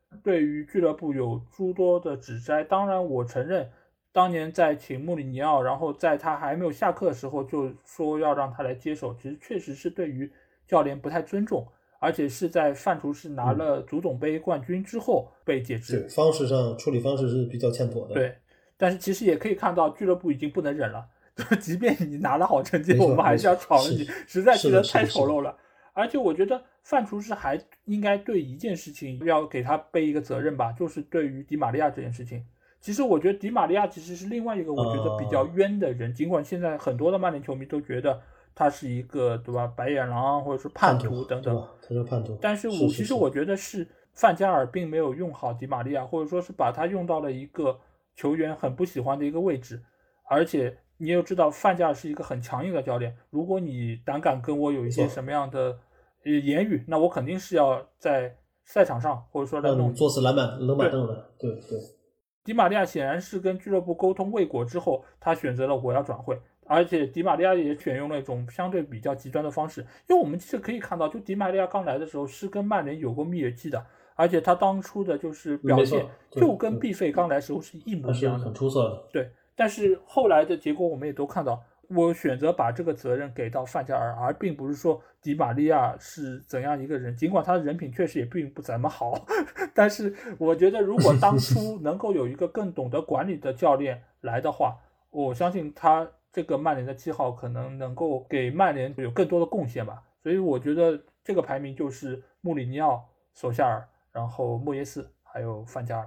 对于俱乐部有诸多的指摘。当然我承认当年在请穆里尼奥，然后在他还没有下课的时候就说要让他来接手，其实确实是对于教练不太尊重，而且是在范厨师拿了足总杯冠军之后被解职。 对，方式上处理方式是比较欠妥的。 对，但是其实也可以看到俱乐部已经不能忍了，就即便你拿了好成绩，我们还是要炒了你，实在觉得太丑陋了。而且我觉得范厨师还应该对一件事情要给他背一个责任吧，就是对于迪玛利亚这件事情。其实我觉得迪玛利亚其实是另外一个我觉得比较冤的人，尽管现在很多的曼联球迷都觉得他是一个对吧白眼狼或者是叛徒等等， 他是叛徒。 但是其实我觉得是范加尔并没有用好迪玛利亚，或者说是把他用到了一个球员很不喜欢的一个位置。而且你又知道范加尔是一个很强硬的教练，如果你胆敢跟我有一些什么样的言语，那我肯定是要在赛场上或者说让你坐死冷板凳的。对对。 迪玛利亚显然是跟俱乐部沟通未果之后，他选择了我要转会，而且迪玛利亚也选用了一种相对比较极端的方式。因为我们其实可以看到，就迪玛利亚刚来的时候是跟曼联有过蜜月期的，而且他当初的就是表现就跟毕费刚来时候是一模一样的， 很出色的。 对，但是后来的结果我们也都看到，我选择把这个责任给到范加尔，而并不是说迪玛利亚是怎样一个人，尽管他的人品确实也并不怎么好，但是我觉得如果当初能够有一个更懂得管理的教练来的话，我相信他这个曼联的7号可能能够给曼联有更多的贡献吧。所以我觉得这个排名就是穆里尼奥、索夏尔，然后莫耶斯还有范加尔。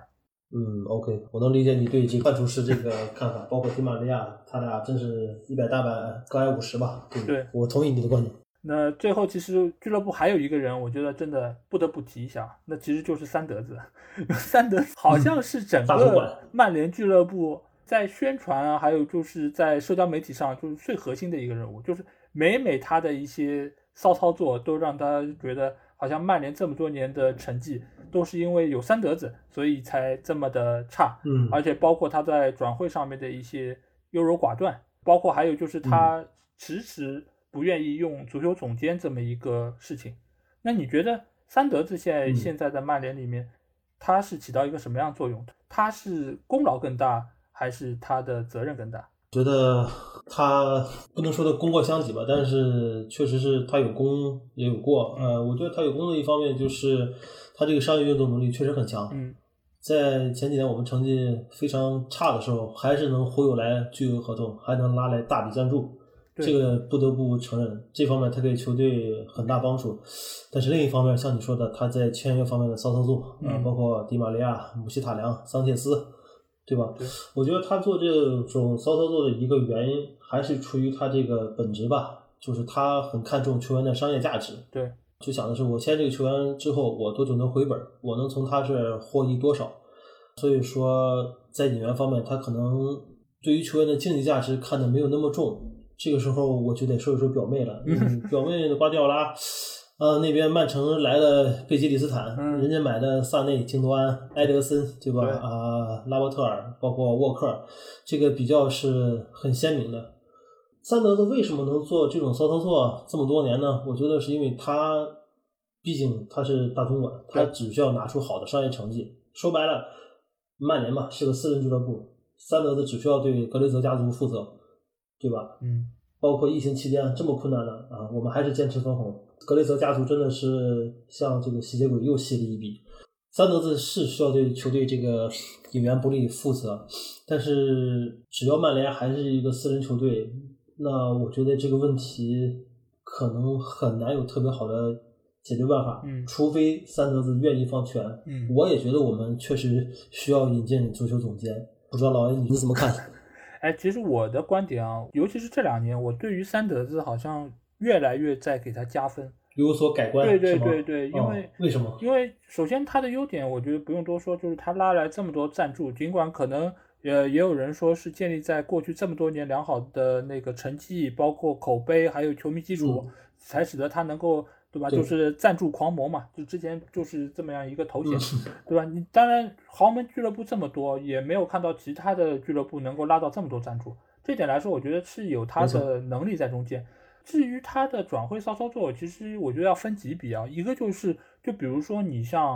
OK， 我能理解你对这个范厨师这个看法，包括迪玛利亚，他俩真是100大板各挨50吧。 对， 我同意你的观点。 那最后其实俱乐部还有一个人，我觉得真的不得不提一下，那其实就是三德子。三德子好像是整个曼联俱乐部在宣传啊，还有就是在社交媒体上就是最核心的一个人物，就是每他的一些骚操作都让他觉得好像曼联这么多年的成绩都是因为有三德子，所以才这么的差。而且包括他在转会上面的一些优柔寡断，包括还有就是他迟迟不愿意用足球总监这么一个事情。那你觉得三德子现在在曼联里面，他是起到一个什么样的作用？他是功劳更大，还是他的责任更大？ 觉得他不能说的功过相抵吧，但是确实是他有功也有过。我觉得他有功的一方面就是他这个商业运作能力确实很强。在前几年我们成绩非常差的时候，还是能忽悠来巨额合同，还能拉来大笔赞助，这个不得不承认，这方面他给球队很大帮助。但是另一方面，像你说的，他在签约方面的骚操作，包括迪玛利亚、姆希塔良、桑切斯，对吧？ 对， 我觉得他做这种骚操作的一个原因，还是出于他这个本质吧，就是他很看重球员的商业价值。 对， 就想的是我签这个球员之后，我多久能回本，我能从他这获益多少。所以说，在引援方面，他可能对于球员的经济价值看得没有那么重。这个时候我就得说一说表妹了。表妹的瓜迪奥拉，那边曼城来了贝基里斯坦，人家买的萨内、京多安、埃德森，对吧？拉波特尔，包括沃克，这个比较是很鲜明的。三德子为什么能做这种骚操作这么多年呢？我觉得是因为他毕竟他是大总管，他只需要拿出好的商业成绩。说白了，曼联嘛是个私人俱乐部，三德子只需要对格雷泽家族负责，对吧？包括疫情期间这么困难的我们还是坚持分红。格雷泽家族真的是像这个吸血鬼又吸了一笔。三德子是需要对球队这个引援不利负责，但是只要曼联还是一个私人球队，那我觉得这个问题可能很难有特别好的解决办法。除非三德子愿意放权。我也觉得我们确实需要引进足球总监，不知道老 A 你怎么看？ 其实我的观点尤其是这2年，我对于三德子好像越来越在给他加分， 有所改观。 对，因为为什么？ 因为首先他的优点我觉得不用多说，就是他拉来这么多赞助，尽管可能也有人说是建立在过去这么多年良好的那个成绩，包括口碑还有球迷基础，才使得他能够对吧？就是赞助狂魔嘛，就之前就是这么样一个头衔，对吧？你当然豪门俱乐部这么多，也没有看到其他的俱乐部能够拉到这么多赞助，这点来说我觉得是有他的能力在中间。至于他的转会骚操作，其实我觉得要分几笔一个就是就比如说你像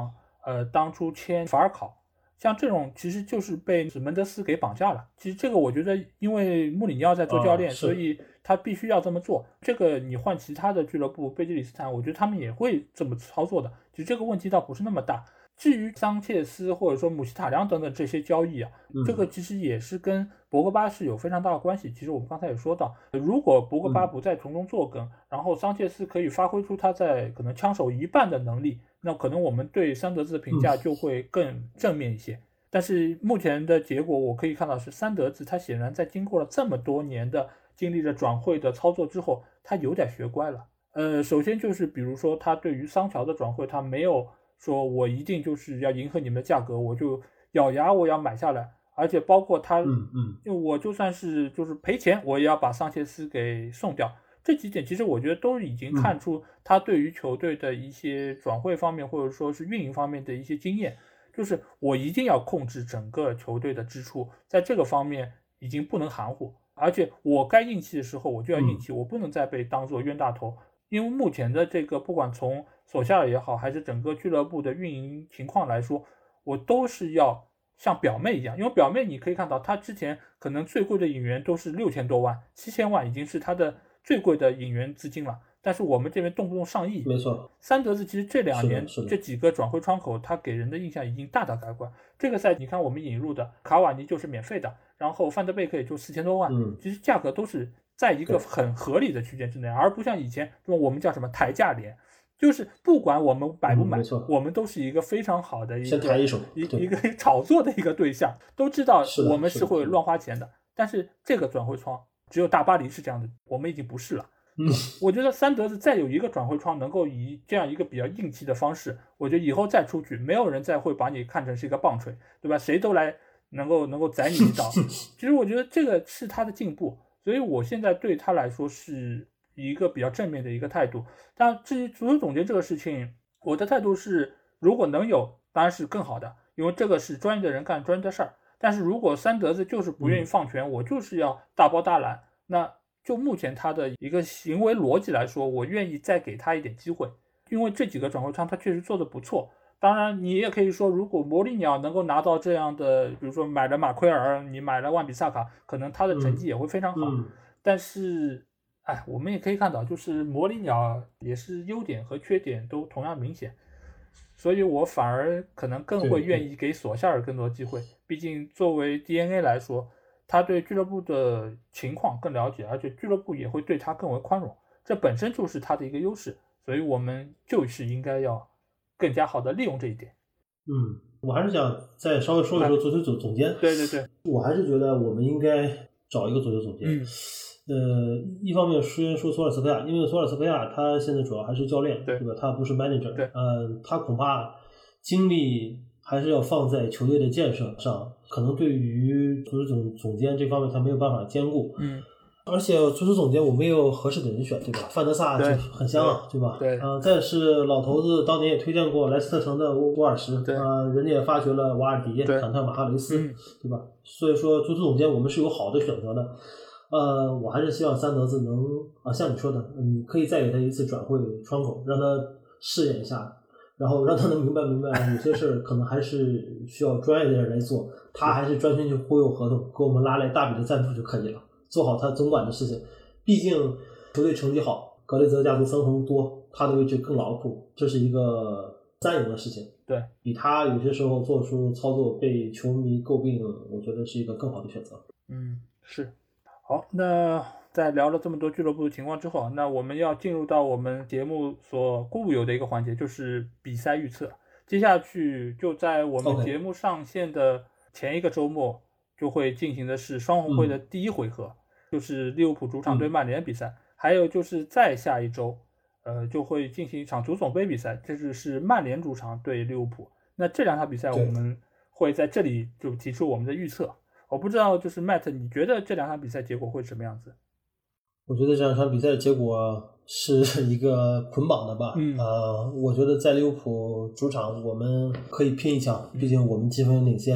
当初签法尔考，像这种其实就是被门德斯给绑架了。其实这个我觉得，因为穆里尼奥在做教练，所以他必须要这么做。这个你换其他的俱乐部，贝基里斯坦，我觉得他们也会这么操作的。其实这个问题倒不是那么大。至于桑切斯或者说姆希塔良等等这些交易啊，这个其实也是跟博格巴是有非常大的关系。其实我们刚才也说到，如果博格巴不再从中作梗，然后桑切斯可以发挥出他在可能枪手一半的能力，那可能我们对桑德兹的评价就会更正面一些。但是目前的结果我可以看到是桑德兹他显然在经过了这么多年的经历了转会的操作之后，他有点学乖了。首先就是比如说他对于桑乔的转会，他没有说我一定就是要迎合你们的价格，我就咬牙我要买下来，而且包括他，我就算是就是赔钱，我也要把桑切斯给送掉。这几点其实我觉得都已经看出他对于球队的一些转会方面或者说是运营方面的一些经验，就是我一定要控制整个球队的支出，在这个方面已经不能含糊，而且我该硬气的时候我就要硬气，我不能再被当作冤大头。因为目前的这个不管从索夏尔也好，还是整个俱乐部的运营情况来说，我都是要像表妹一样。因为表妹你可以看到，他之前可能最贵的引援都是6000多万，7000万已经是他的最贵的引援资金了。但是我们这边动不动上亿。 没错， 桑德兹其实这2年这几个转会窗口，他给人的印象已经大大改观。这个赛季你看我们引入的卡瓦尼就是免费的，然后范德贝克也就4000多万，其实价格都是在一个很合理的区间之内，而不像以前我们叫什么抬价联，就是不管我们买不买，我们都是一个非常好的一个炒作的一个对象，都知道我们是会乱花钱的。但是这个转会窗只有大巴黎是这样的，我们已经不是了。我觉得桑德兹再有一个转会窗能够以这样一个比较硬气的方式，我觉得以后再出去，没有人再会把你看成是一个棒槌，对吧？谁都来能够宰你一刀。其实我觉得这个是他的进步，所以我现在对他来说是一个比较正面的一个态度。但至于足球总监这个事情，我的态度是，如果能有，当然是更好的，因为这个是专业的人干专业的事儿。但是如果桑德兹就是不愿意放权，我就是要大包大揽，那就目前他的一个行为逻辑来说，我愿意再给他一点机会，因为这几个转会窗他确实做得不错。当然你也可以说，如果摩利尼奥能够拿到这样的，比如说买了马奎尔，你买了万比萨卡，可能他的成绩也会非常好。但是我们也可以看到，就是摩利尼奥也是优点和缺点都同样明显，所以我反而可能更会愿意给索夏尔更多机会。毕竟作为 DNA 来说，他对俱乐部的情况更了解，而且俱乐部也会对他更为宽容，这本身就是他的一个优势，所以我们就是应该要更加好的利用这一点。 我还是想再稍微说一说足球总监。 对， 我还是觉得我们应该找一个足球总监。一方面说索尔斯克亚，因为索尔斯克亚他现在主要还是教练，对吧？他不是 manager。他恐怕精力还是要放在球队的建设上，可能对于足球总监这方面他没有办法兼顾。而且足球总监我没有合适的人选，对吧？范德萨就很香了，对吧？ 对。 再是老头子当年也推荐过莱斯特城的沃尔什，人家也发掘了瓦尔迪、坎特、马哈雷斯，对吧？所以说足球总监我们是有好的选择的。我还是希望桑德兹能像你说的，你可以再给他一次转会窗口，让他试验一下，然后让他能明白有些事可能还是需要专业的人来做，他还是专心去忽悠合同，给我们拉来大笔的赞助就可以了，做好他总管的事情。毕竟球队成绩好，格雷泽家族分红多，他的位置更牢固，这是一个三赢的事情。 对， 比他有些时候做出操作被球迷诟病，我觉得是一个更好的选择。 是。好，那在聊了这么多俱乐部的情况之后，那我们要进入到我们节目所固有的一个环节，就是比赛预测。接下去就在我们节目上线的前一个周末，就会进行的是双红会的第一回合，就是利物浦主场对曼联比赛，还有就是再下一周，就会进行一场足总杯比赛，这就是曼联主场对利物浦。那这2场比赛我们会在这里就提出我们的预测。我不知道，就是 Matt， 你觉得这2场比赛结果会什么样子？ 我觉得这2场比赛的结果是一个捆绑的吧。我觉得在利物浦主场我们可以拼一枪，毕竟我们积分领先。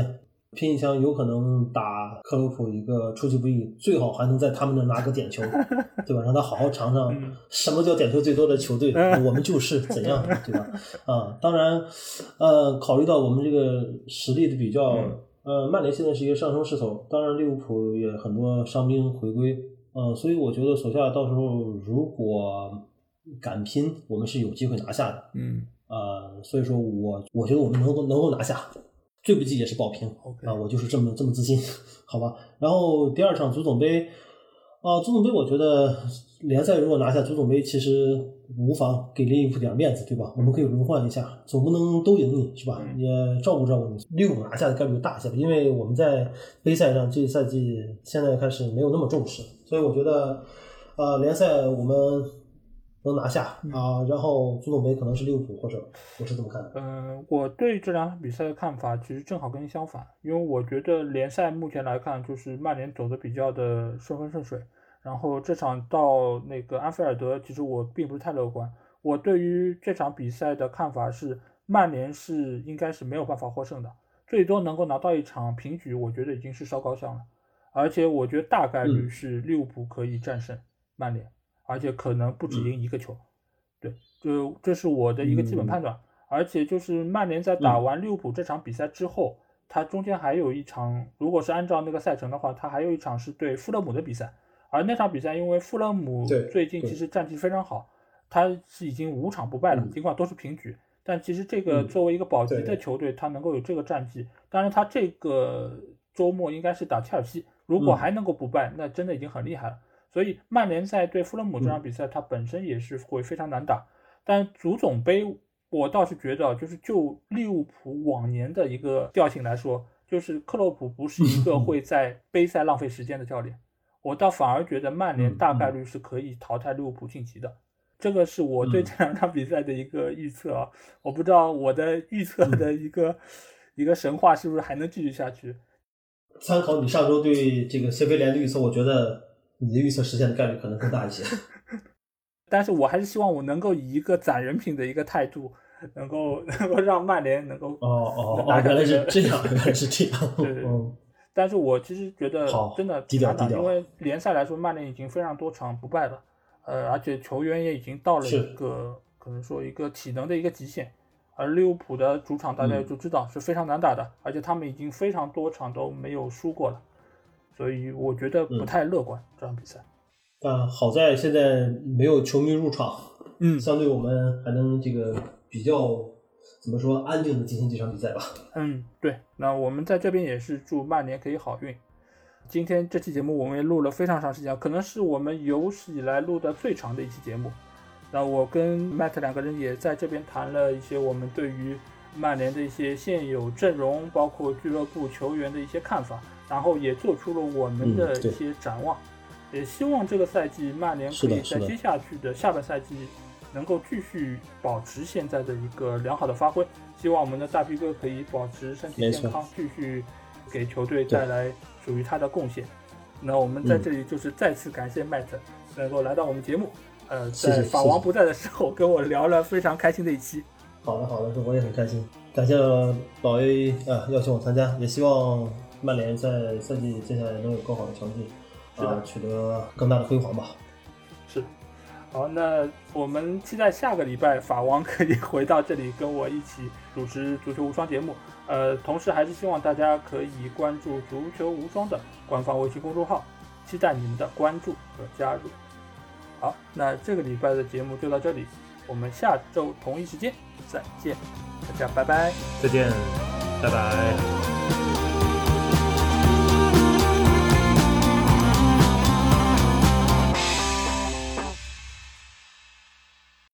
拼一枪有可能打克洛普一个出其不意，最好还能在他们那拿个点球，对吧？让他好好尝尝什么叫点球最多的球队，我们就是怎样，对吧？当然，考虑到我们这个实力的比较，曼联现在是一个上升势头，当然利物浦也很多伤兵回归，所以我觉得索夏到时候如果敢拼，我们是有机会拿下的。所以说我觉得我们能够拿下，最不济也是保平。我就是这么自信，好吧。然后第二场足总杯，足总杯我觉得联赛如果拿下足总杯，其实无妨给利物浦点面子，对吧？我们可以轮换一下，总不能都赢你是吧？也照顾你。利物浦拿下的概率大一些，因为我们在杯赛上这赛季现在开始没有那么重视，所以我觉得联赛我们能拿下然后足总杯可能是利物浦，或者我是这么看的。 我对这两场比赛的看法其实正好跟你相反，因为我觉得联赛目前来看就是曼联走的比较的顺风顺水，然后这场到那个安菲尔德其实我并不是太乐观。我对于这场比赛的看法是曼联应该是没有办法获胜的，最多能够拿到一场平局，我觉得已经是稍高项了。而且我觉得大概率是利物浦可以战胜曼联，而且可能不止赢一个球。对，就这是我的一个基本判断。而且就是曼联在打完利物浦这场比赛之后，他中间还有一场，如果是按照那个赛程的话，他还有一场是对富勒姆的比赛。而那场比赛因为富勒姆最近其实战绩非常好，他是已经5场不败了，尽管都是平局，但其实这个作为一个保级的球队，他能够有这个战绩，当然他这个周末应该是打切尔西，如果还能够不败，那真的已经很厉害了。所以曼联在对富勒姆这场比赛，它本身也是会非常难打。但足总杯我倒是觉得，就是就利物浦往年的一个调性来说，就是克洛普不是一个会在杯赛浪费时间的教练，我倒反而觉得曼联大概率是可以淘汰利物浦晋级的。这个是我对这两场比赛的一个预测啊，我不知道我的预测的一个神话是不是还能继续下去。 参考你上周对这个谢菲联的预测，我觉得你的预测实现的概率可能更大一些。 但是我还是希望我能够以一个攒人品的一个态度，能够让曼联能够原来是这样，原来是这样。 对。但是我其实觉得真的低调， 因为联赛来说，曼联已经非常多场不败了，而且球员也已经到了一个可能说一个体能的一个极限。而利物浦的主场大家就知道是非常难打的，而且他们已经非常多场都没有输过了，所以我觉得不太乐观这场比赛。 好在现在没有球迷入场，相对我们还能这个比较怎么说安静的进行这场比赛吧。 对，那我们在这边也是祝曼联可以好运。今天这期节目我们也录了非常长时间，可能是我们有史以来录的最长的一期节目。那我跟 Matt 两个人也在这边谈了一些我们对于曼联的一些现有阵容，包括俱乐部球员的一些看法，然后也做出了我们的一些展望。也希望这个赛季曼联可以在接下去的下半赛季能够继续保持现在的一个良好的发挥。希望我们的大皮哥可以保持身体健康，继续给球队带来属于他的贡献。那我们在这里就是再次感谢 Matt 能够来到我们节目，在法王不在的时候跟我聊了非常开心的一期。 好的，我也很开心，感谢老 A 邀请我参加，也希望曼联在赛季接下来能有更好的成绩。取得更大的辉煌吧。 是，好，那我们期待下个礼拜法王可以回到这里跟我一起主持足球无双节目。同时还是希望大家可以关注足球无双的官方微信公众号，期待你们的关注和加入。好，那这个礼拜的节目就到这里，我们下周同一时间再见，大家拜拜。 再见，拜拜。